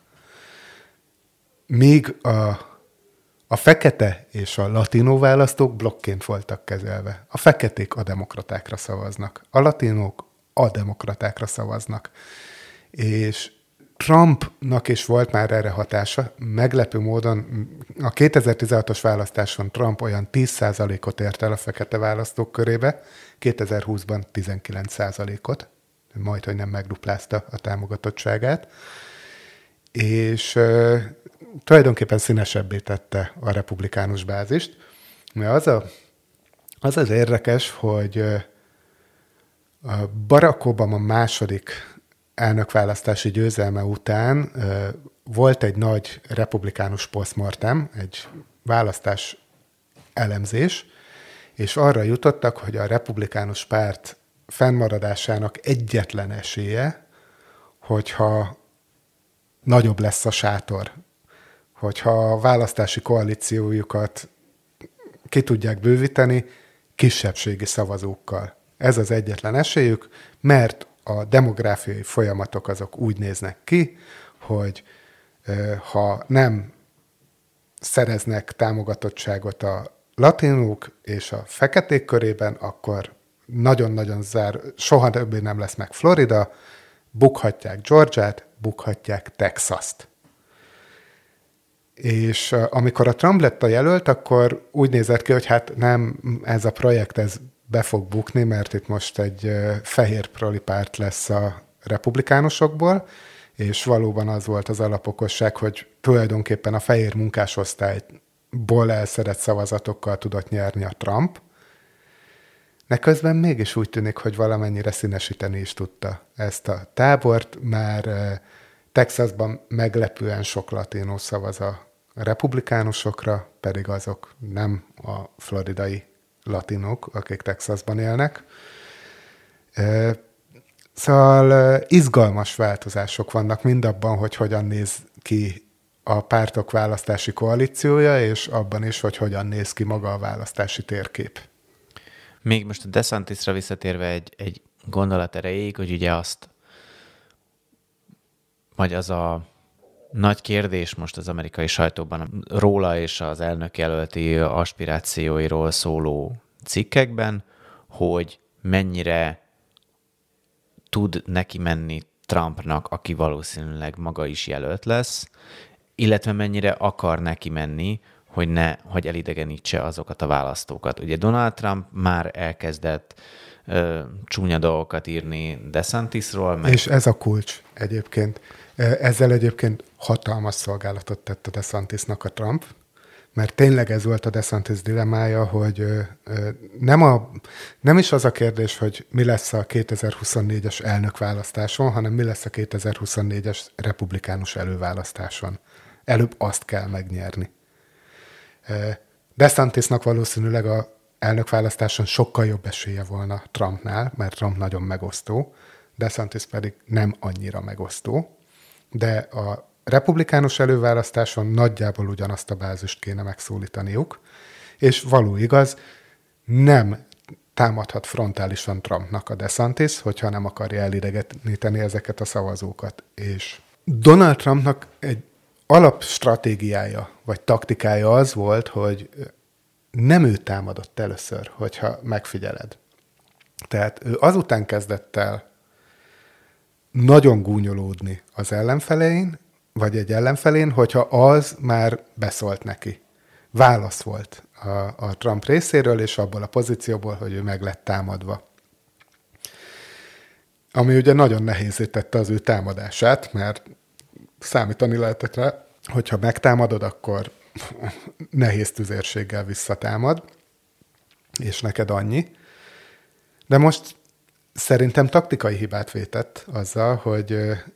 S1: míg a, a fekete és a latinó választók blokkként voltak kezelve. A feketék a demokratákra szavaznak, a latinók a demokratákra szavaznak. És Trumpnak is volt már erre hatása. Meglepő módon a kétezer-tizenhatos választáson Trump olyan tíz százalékot ért el a fekete választók körébe, kétezer-húszban tizenkilenc százalékot, majd, hogy nem megduplázta a támogatottságát, és uh, tulajdonképpen színesebbé tette a republikánus bázist. Mert az, a, az az érdekes, hogy uh, Barack Obama második elnökválasztási győzelme után uh, volt egy nagy republikánus postmortem, egy választás elemzés, és arra jutottak, hogy a republikánus párt fennmaradásának egyetlen esélye, hogyha nagyobb lesz a sátor, hogyha a választási koalíciójukat ki tudják bővíteni kisebbségi szavazókkal. Ez az egyetlen esélyük, mert a demográfiai folyamatok azok úgy néznek ki, hogy ha nem szereznek támogatottságot a latinók és a feketék körében, akkor nagyon-nagyon zár, soha többé nem lesz meg Florida, bukhatják Georgiát, bukhatják Texast. És amikor a Trump lett a jelölt, akkor úgy nézett ki, hogy hát nem, ez a projekt ez be fog bukni, mert itt most egy fehér proli párt lesz a republikánusokból, és valóban az volt az alapokosság, hogy tulajdonképpen a fehér munkásosztályból elszedett szavazatokkal tudott nyerni a Trump, de közben mégis úgy tűnik, hogy valamennyire színesíteni is tudta ezt a tábort, már Texasban meglepően sok latinó szavaz a republikánusokra, pedig azok nem a floridai latinok, akik Texasban élnek. Szóval izgalmas változások vannak mindabban, hogy hogyan néz ki a pártok választási koalíciója, és abban is, hogy hogyan néz ki maga a választási térkép.
S2: Még most a DeSantisra visszatérve egy, egy gondolat erejéig, hogy ugye azt, vagy az a nagy kérdés most az amerikai sajtóban róla és az elnökjelölti aspirációiról szóló cikkekben, hogy mennyire tud neki menni Trumpnak, aki valószínűleg maga is jelölt lesz, illetve mennyire akar neki menni, hogy ne, hogy elidegenítse azokat a választókat. Ugye Donald Trump már elkezdett ö, csúnya dolgokat írni DeSantisról. Meg...
S1: És ez a kulcs egyébként. Ezzel egyébként hatalmas szolgálatot tett a DeSantisnak a Trump, mert tényleg ez volt a DeSantis dilemmája, hogy ö, ö, nem, a, nem is az a kérdés, hogy mi lesz a kétezer-huszonnégyes elnökválasztáson, hanem mi lesz a kétezer-huszonnégyes republikánus előválasztáson. Előbb azt kell megnyerni. DeSantisnak valószínűleg az elnökválasztáson sokkal jobb esélye volna Trumpnál, mert Trump nagyon megosztó, DeSantis pedig nem annyira megosztó, de a republikánus előválasztáson nagyjából ugyanazt a bázist kéne megszólítaniuk, és való igaz, nem támadhat frontálisan Trumpnak a DeSantis, hogyha nem akarja elidegeníteni ezeket a szavazókat. És Donald Trumpnak egy alapstratégiája, vagy taktikája az volt, hogy nem ő támadott először, hogyha megfigyeled. Tehát ő azután kezdett el nagyon gúnyolódni az ellenfelein, vagy egy ellenfelén, hogyha az már beszólt neki. Válasz volt a, a Trump részéről, és abból a pozícióból, hogy ő meg lett támadva. Ami ugye nagyon nehézé tette az ő támadását, mert számítani lehetett rá, hogyha megtámadod, akkor nehéz tüzérséggel visszatámad, és neked annyi. De most szerintem taktikai hibát vétett azzal, hogy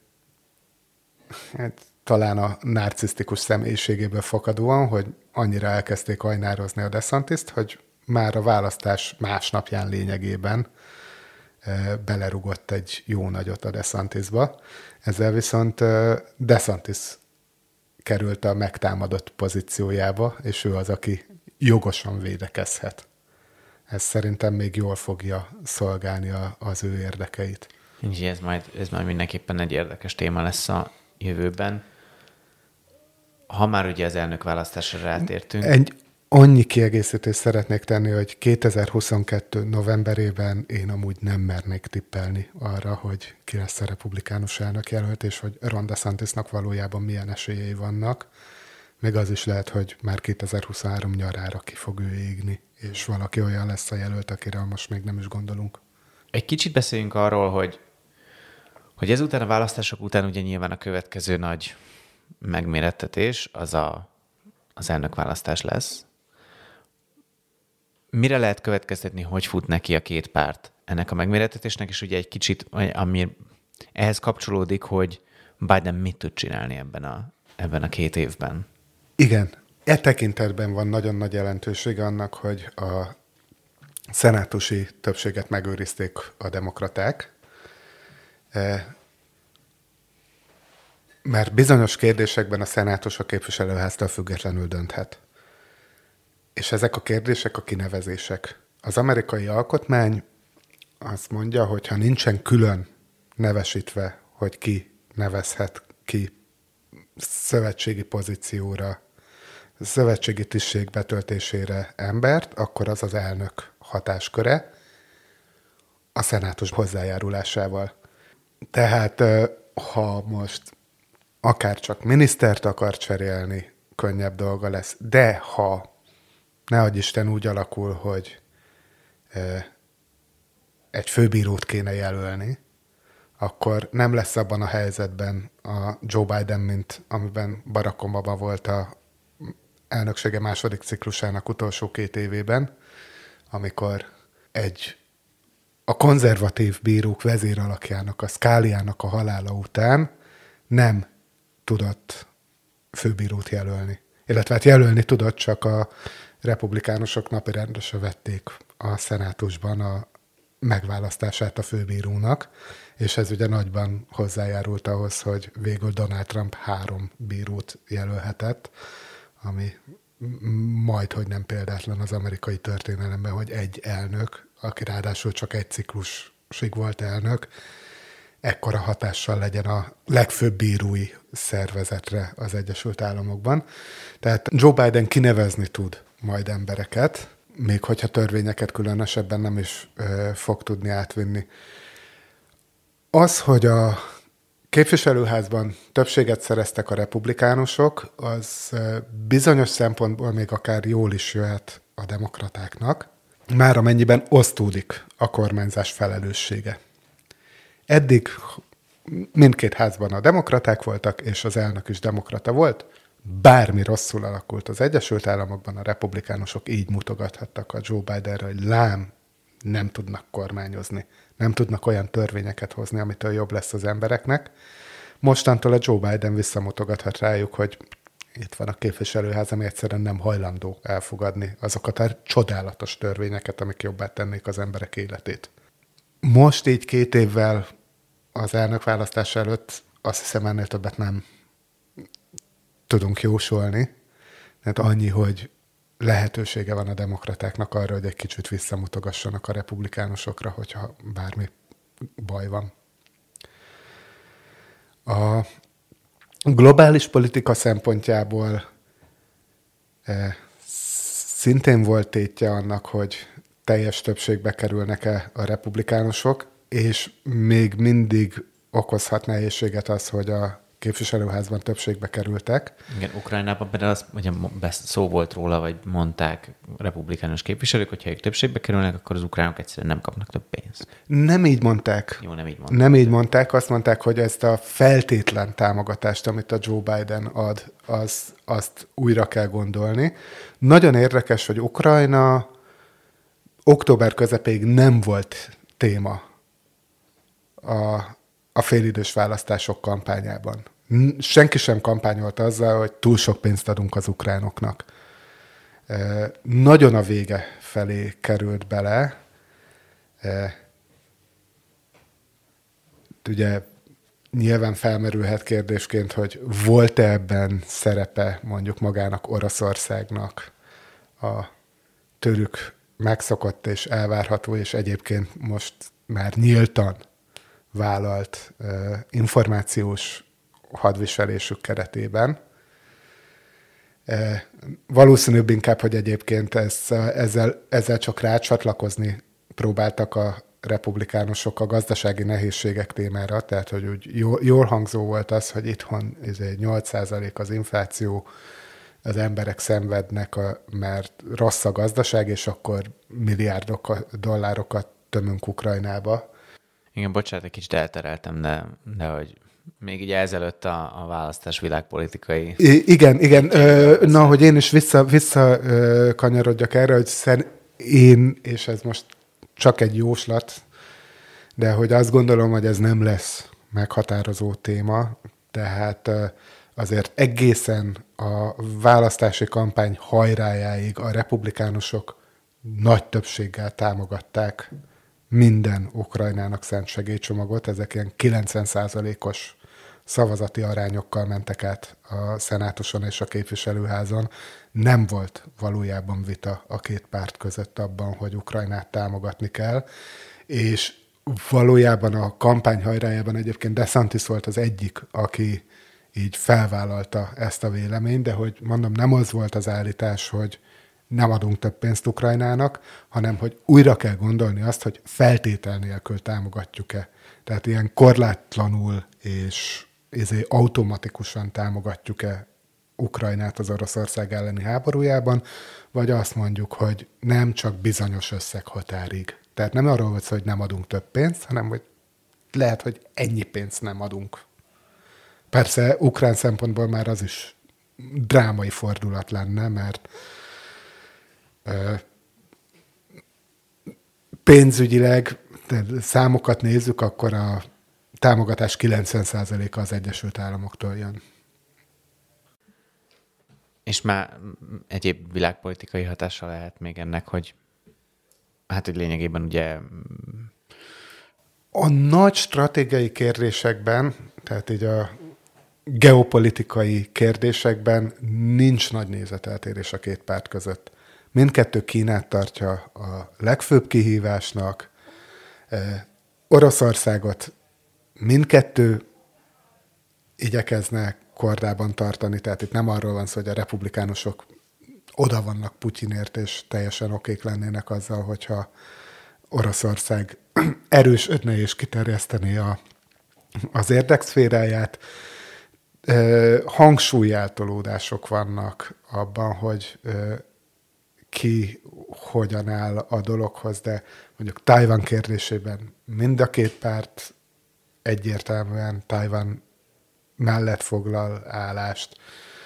S1: hát, talán a narcisztikus személyiségéből fakadóan, hogy annyira elkezdték ajnározni a DeSantist, hogy már a választás másnapján lényegében belerugott egy jó nagyot a DeSantisba. Ezzel viszont DeSantis került a megtámadott pozíciójába, és ő az, aki jogosan védekezhet. Ez szerintem még jól fogja szolgálni a, az ő érdekeit.
S2: Így, ez majd, ez majd mindenképpen egy érdekes téma lesz a jövőben. Ha már ugye az elnökválasztásra rátértünk.
S1: Egy annyi kiegészítést szeretnék tenni, hogy kétezer-huszonkettő novemberében én amúgy nem mernék tippelni arra, hogy ki lesz a republikánus elnökjelölt, és hogy Ron DeSantisnak valójában milyen esélyei vannak. Még az is lehet, hogy már kétezer-huszonhárom nyarára ki fog ő égni, és valaki olyan lesz a jelölt, akire most még nem is gondolunk.
S2: Egy kicsit beszéljünk arról, hogy, hogy ezután a választások után ugye nyilván a következő nagy megmérettetés az a, az elnökválasztás lesz. Mire lehet következtetni, hogy fut neki a két párt ennek a megmérettetésnek, és ugye egy kicsit, ami ehhez kapcsolódik, hogy Biden mit tud csinálni ebben a, ebben a két évben?
S1: Igen. E tekintetben van nagyon nagy jelentősége annak, hogy a szenátusi többséget megőrizték a demokraták, mert bizonyos kérdésekben a szenátus a képviselőháztól függetlenül dönthet. És ezek a kérdések a kinevezések. Az amerikai alkotmány azt mondja, hogy ha nincsen külön nevesítve, hogy ki nevezhet ki szövetségi pozícióra, szövetségi tisztség betöltésére embert, akkor az az elnök hatásköre a szenátus hozzájárulásával. Tehát ha most akár csak minisztert akar cserélni könnyebb dolga lesz. De ha nehogy Isten úgy alakul, hogy egy főbírót kéne jelölni, akkor nem lesz abban a helyzetben a Joe Biden, mint amiben Barack Obama volt a elnöksége második ciklusának utolsó két évében, amikor egy a konzervatív bírók vezéralakjának, a Scaliának a halála után nem tudott főbírót jelölni. Illetve hát jelölni tudott, csak a republikánusok napirendre se vették a szenátusban a megválasztását a főbírónak, és ez ugye nagyban hozzájárult ahhoz, hogy végül Donald Trump három bírót jelölhetett, ami majdhogy nem példátlan az amerikai történelemben, hogy egy elnök, aki ráadásul csak egy ciklusig volt elnök, ekkora hatással legyen a legfőbb bírói szervezetre az Egyesült Államokban. Tehát Joe Biden kinevezni tud majd embereket, még hogyha törvényeket különösebben nem is ö, fog tudni átvinni. Az, hogy a képviselőházban többséget szereztek a republikánusok, az bizonyos szempontból még akár jól is jöhet a demokratáknak, már amennyiben osztódik a kormányzás felelőssége. Eddig mindkét házban a demokraták voltak, és az elnök is demokrata volt. Bármi rosszul alakult az Egyesült Államokban, a republikánusok így mutogathattak a Joe Bidenre, hogy lám, nem tudnak kormányozni, nem tudnak olyan törvényeket hozni, amitől jobb lesz az embereknek. Mostantól a Joe Biden visszamutogathat rájuk, hogy itt van a képviselőház, ami egyszerűen nem hajlandó elfogadni azokat a csodálatos törvényeket, amik jobbá tennék az emberek életét. Most így két évvel az elnökválasztás előtt azt hiszem ennél többet nem tudunk jósolni. Tehát annyi, hogy lehetősége van a demokratáknak arra, hogy egy kicsit visszamutogassanak a republikánusokra, hogyha bármi baj van. A globális politika szempontjából eh, szintén volt tétje annak, hogy teljes többségbe kerülnek-e a republikánusok, és még mindig okozhat nehézséget az, hogy a képviselőházban többségbe kerültek.
S2: Igen, Ukrajnában például az, ugye szó volt róla, vagy mondták republikánus képviselők, hogyha ők többségbe kerülnek, akkor az ukránok egyszerűen nem kapnak több pénzt.
S1: Nem így mondták.
S2: Jó, nem így mondták.
S1: Nem így mondták, azt mondták, hogy ezt a feltétlen támogatást, amit a Joe Biden ad, az, azt újra kell gondolni. Nagyon érdekes, hogy Ukrajna október közepéig nem volt téma a, a félidős választások kampányában. Senki sem kampányolt azzal, hogy túl sok pénzt adunk az ukránoknak. E, nagyon a vége felé került bele. E, ugye nyilván felmerülhet kérdésként, hogy volt-e ebben szerepe mondjuk magának Oroszországnak a tőlük megszokott és elvárható, és egyébként most már nyíltan vállalt uh, információs hadviselésük keretében. Uh, valószínűbb inkább, hogy egyébként ez, ezzel, ezzel csak rácsatlakozni próbáltak a republikánusok a gazdasági nehézségek témára, tehát hogy úgy jól, jól hangzó volt az, hogy itthon nyolc százalék az infláció, az emberek szenvednek, a, mert rossz a gazdaság, és akkor milliárdok dollárokat tömünk Ukrajnába.
S2: Igen, bocsánat, egy kicsit eltereltem, de, de hogy még így ezelőtt a, a választás világpolitikai...
S1: I- igen, igen. Ö, na, hogy én is vissza, vissza ö, kanyarodjak erre, hogy szer- én, és ez most csak egy jóslat, de hogy azt gondolom, hogy ez nem lesz meghatározó téma, tehát ö, azért egészen a választási kampány hajrájáig a republikánusok nagy többséggel támogatták minden Ukrajnának szánt segélycsomagot, ezek ilyen kilencven százalékos szavazati arányokkal mentek át a szenátuson és a képviselőházon. Nem volt valójában vita a két párt között abban, hogy Ukrajnát támogatni kell, és valójában a kampány hajrájában egyébként DeSantis volt az egyik, aki így felvállalta ezt a véleményt, de hogy mondom, nem az volt az állítás, hogy nem adunk több pénzt Ukrajnának, hanem hogy újra kell gondolni azt, hogy feltétel nélkül támogatjuk-e. Tehát ilyen korlátlanul és ezért automatikusan támogatjuk-e Ukrajnát az Oroszország elleni háborújában, vagy azt mondjuk, hogy nem csak bizonyos összeghatárig. Tehát nem arról volt szó, hogy nem adunk több pénzt, hanem hogy lehet, hogy ennyi pénzt nem adunk. Persze ukrán szempontból már az is drámai fordulat lenne, mert ö, pénzügyileg számokat nézzük, akkor a támogatás kilencven százaléka az Egyesült Államoktól jön.
S2: És már egyéb világpolitikai hatása lehet még ennek, hogy hát, hogy lényegében ugye...
S1: A nagy stratégiai kérdésekben, tehát így a geopolitikai kérdésekben nincs nagy nézeteltérés a két párt között. Mindkettő Kínát tartja a legfőbb kihívásnak, Oroszországot mindkettő igyekezne kordában tartani, tehát itt nem arról van szó, hogy a republikánusok oda vannak Putyinért, és teljesen okék lennének azzal, hogyha Oroszország erősödne és kiterjeszteni a, az érdekszféráját. Hangsúlyeltolódások vannak abban, hogy ki hogyan áll a dologhoz, de mondjuk Tajvan kérdésében mind a két párt egyértelműen Tajvan mellett foglal állást.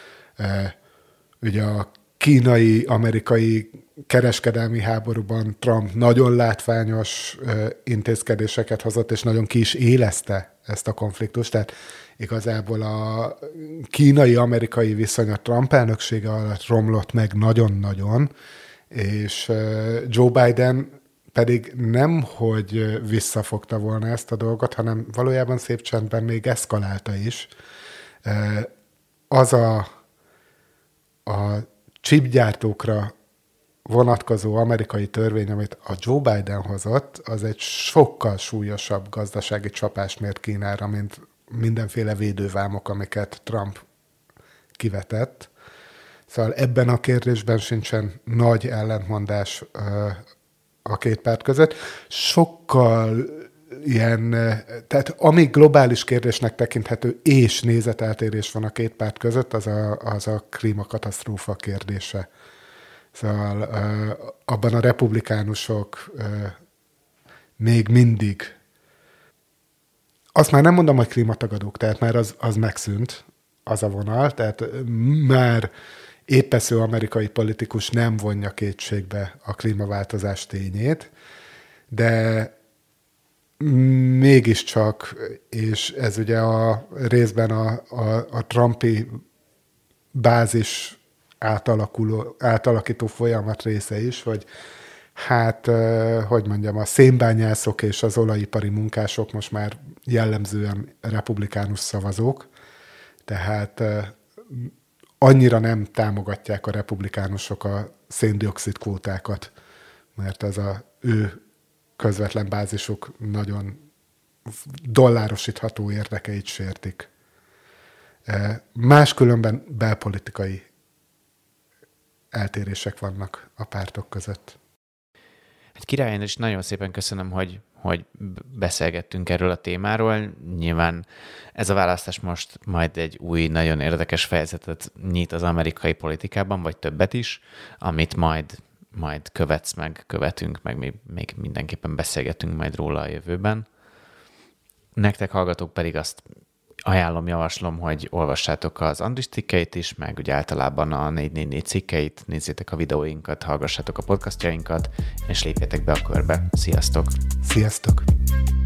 S1: Ugye a kínai-amerikai kereskedelmi háborúban Trump nagyon látványos intézkedéseket hozott, és nagyon ki is élezte ezt a konfliktust, tehát igazából a kínai-amerikai viszony a Trump elnöksége alatt romlott meg nagyon-nagyon, és Joe Biden pedig nem, hogy visszafogta volna ezt a dolgot, hanem valójában szép csendben még eszkalálta is. Az a, a chipgyártókra vonatkozó amerikai törvény, amit a Joe Biden hozott, az egy sokkal súlyosabb gazdasági csapást mért Kínára, mint mindenféle védővámok, amiket Trump kivetett. Szóval ebben a kérdésben sincsen nagy ellentmondás a két párt között. Sokkal ilyen, tehát ami globális kérdésnek tekinthető és nézeteltérés van a két párt között, az a, az a klímakatasztrófa kérdése. Szóval abban a republikánusok még mindig, azt már nem mondom, hogy klímatagadók, tehát már az, az megszűnt, az a vonal, tehát már épesző amerikai politikus nem vonja kétségbe a klímaváltozás tényét, de mégiscsak, és ez ugye a részben a, a, a Trumpi bázis átalakuló, átalakító folyamat része is, hogy hát, hogy mondjam, a szénbányászok és az olajipari munkások most már jellemzően republikánus szavazók, tehát annyira nem támogatják a republikánusok a széndioxid kvótákat, mert ez az ő közvetlen bázisuk nagyon dollárosítható érdekeit sértik. Máskülönben belpolitikai eltérések vannak a pártok között.
S2: Hát király, én is nagyon szépen köszönöm, hogy, hogy beszélgettünk erről a témáról. Nyilván ez a választás most majd egy új, nagyon érdekes fejezetet nyit az amerikai politikában, vagy többet is, amit majd, majd követsz meg, követünk, meg még, még mindenképpen beszélgetünk majd róla a jövőben. Nektek hallgatók pedig azt ajánlom, javaslom, hogy olvassátok az Andris cikkeit is, meg ugye általában a négy négy négy cikkeit, nézzétek a videóinkat, hallgassátok a podcastjainkat, és lépjetek be a körbe. Sziasztok!
S1: Sziasztok!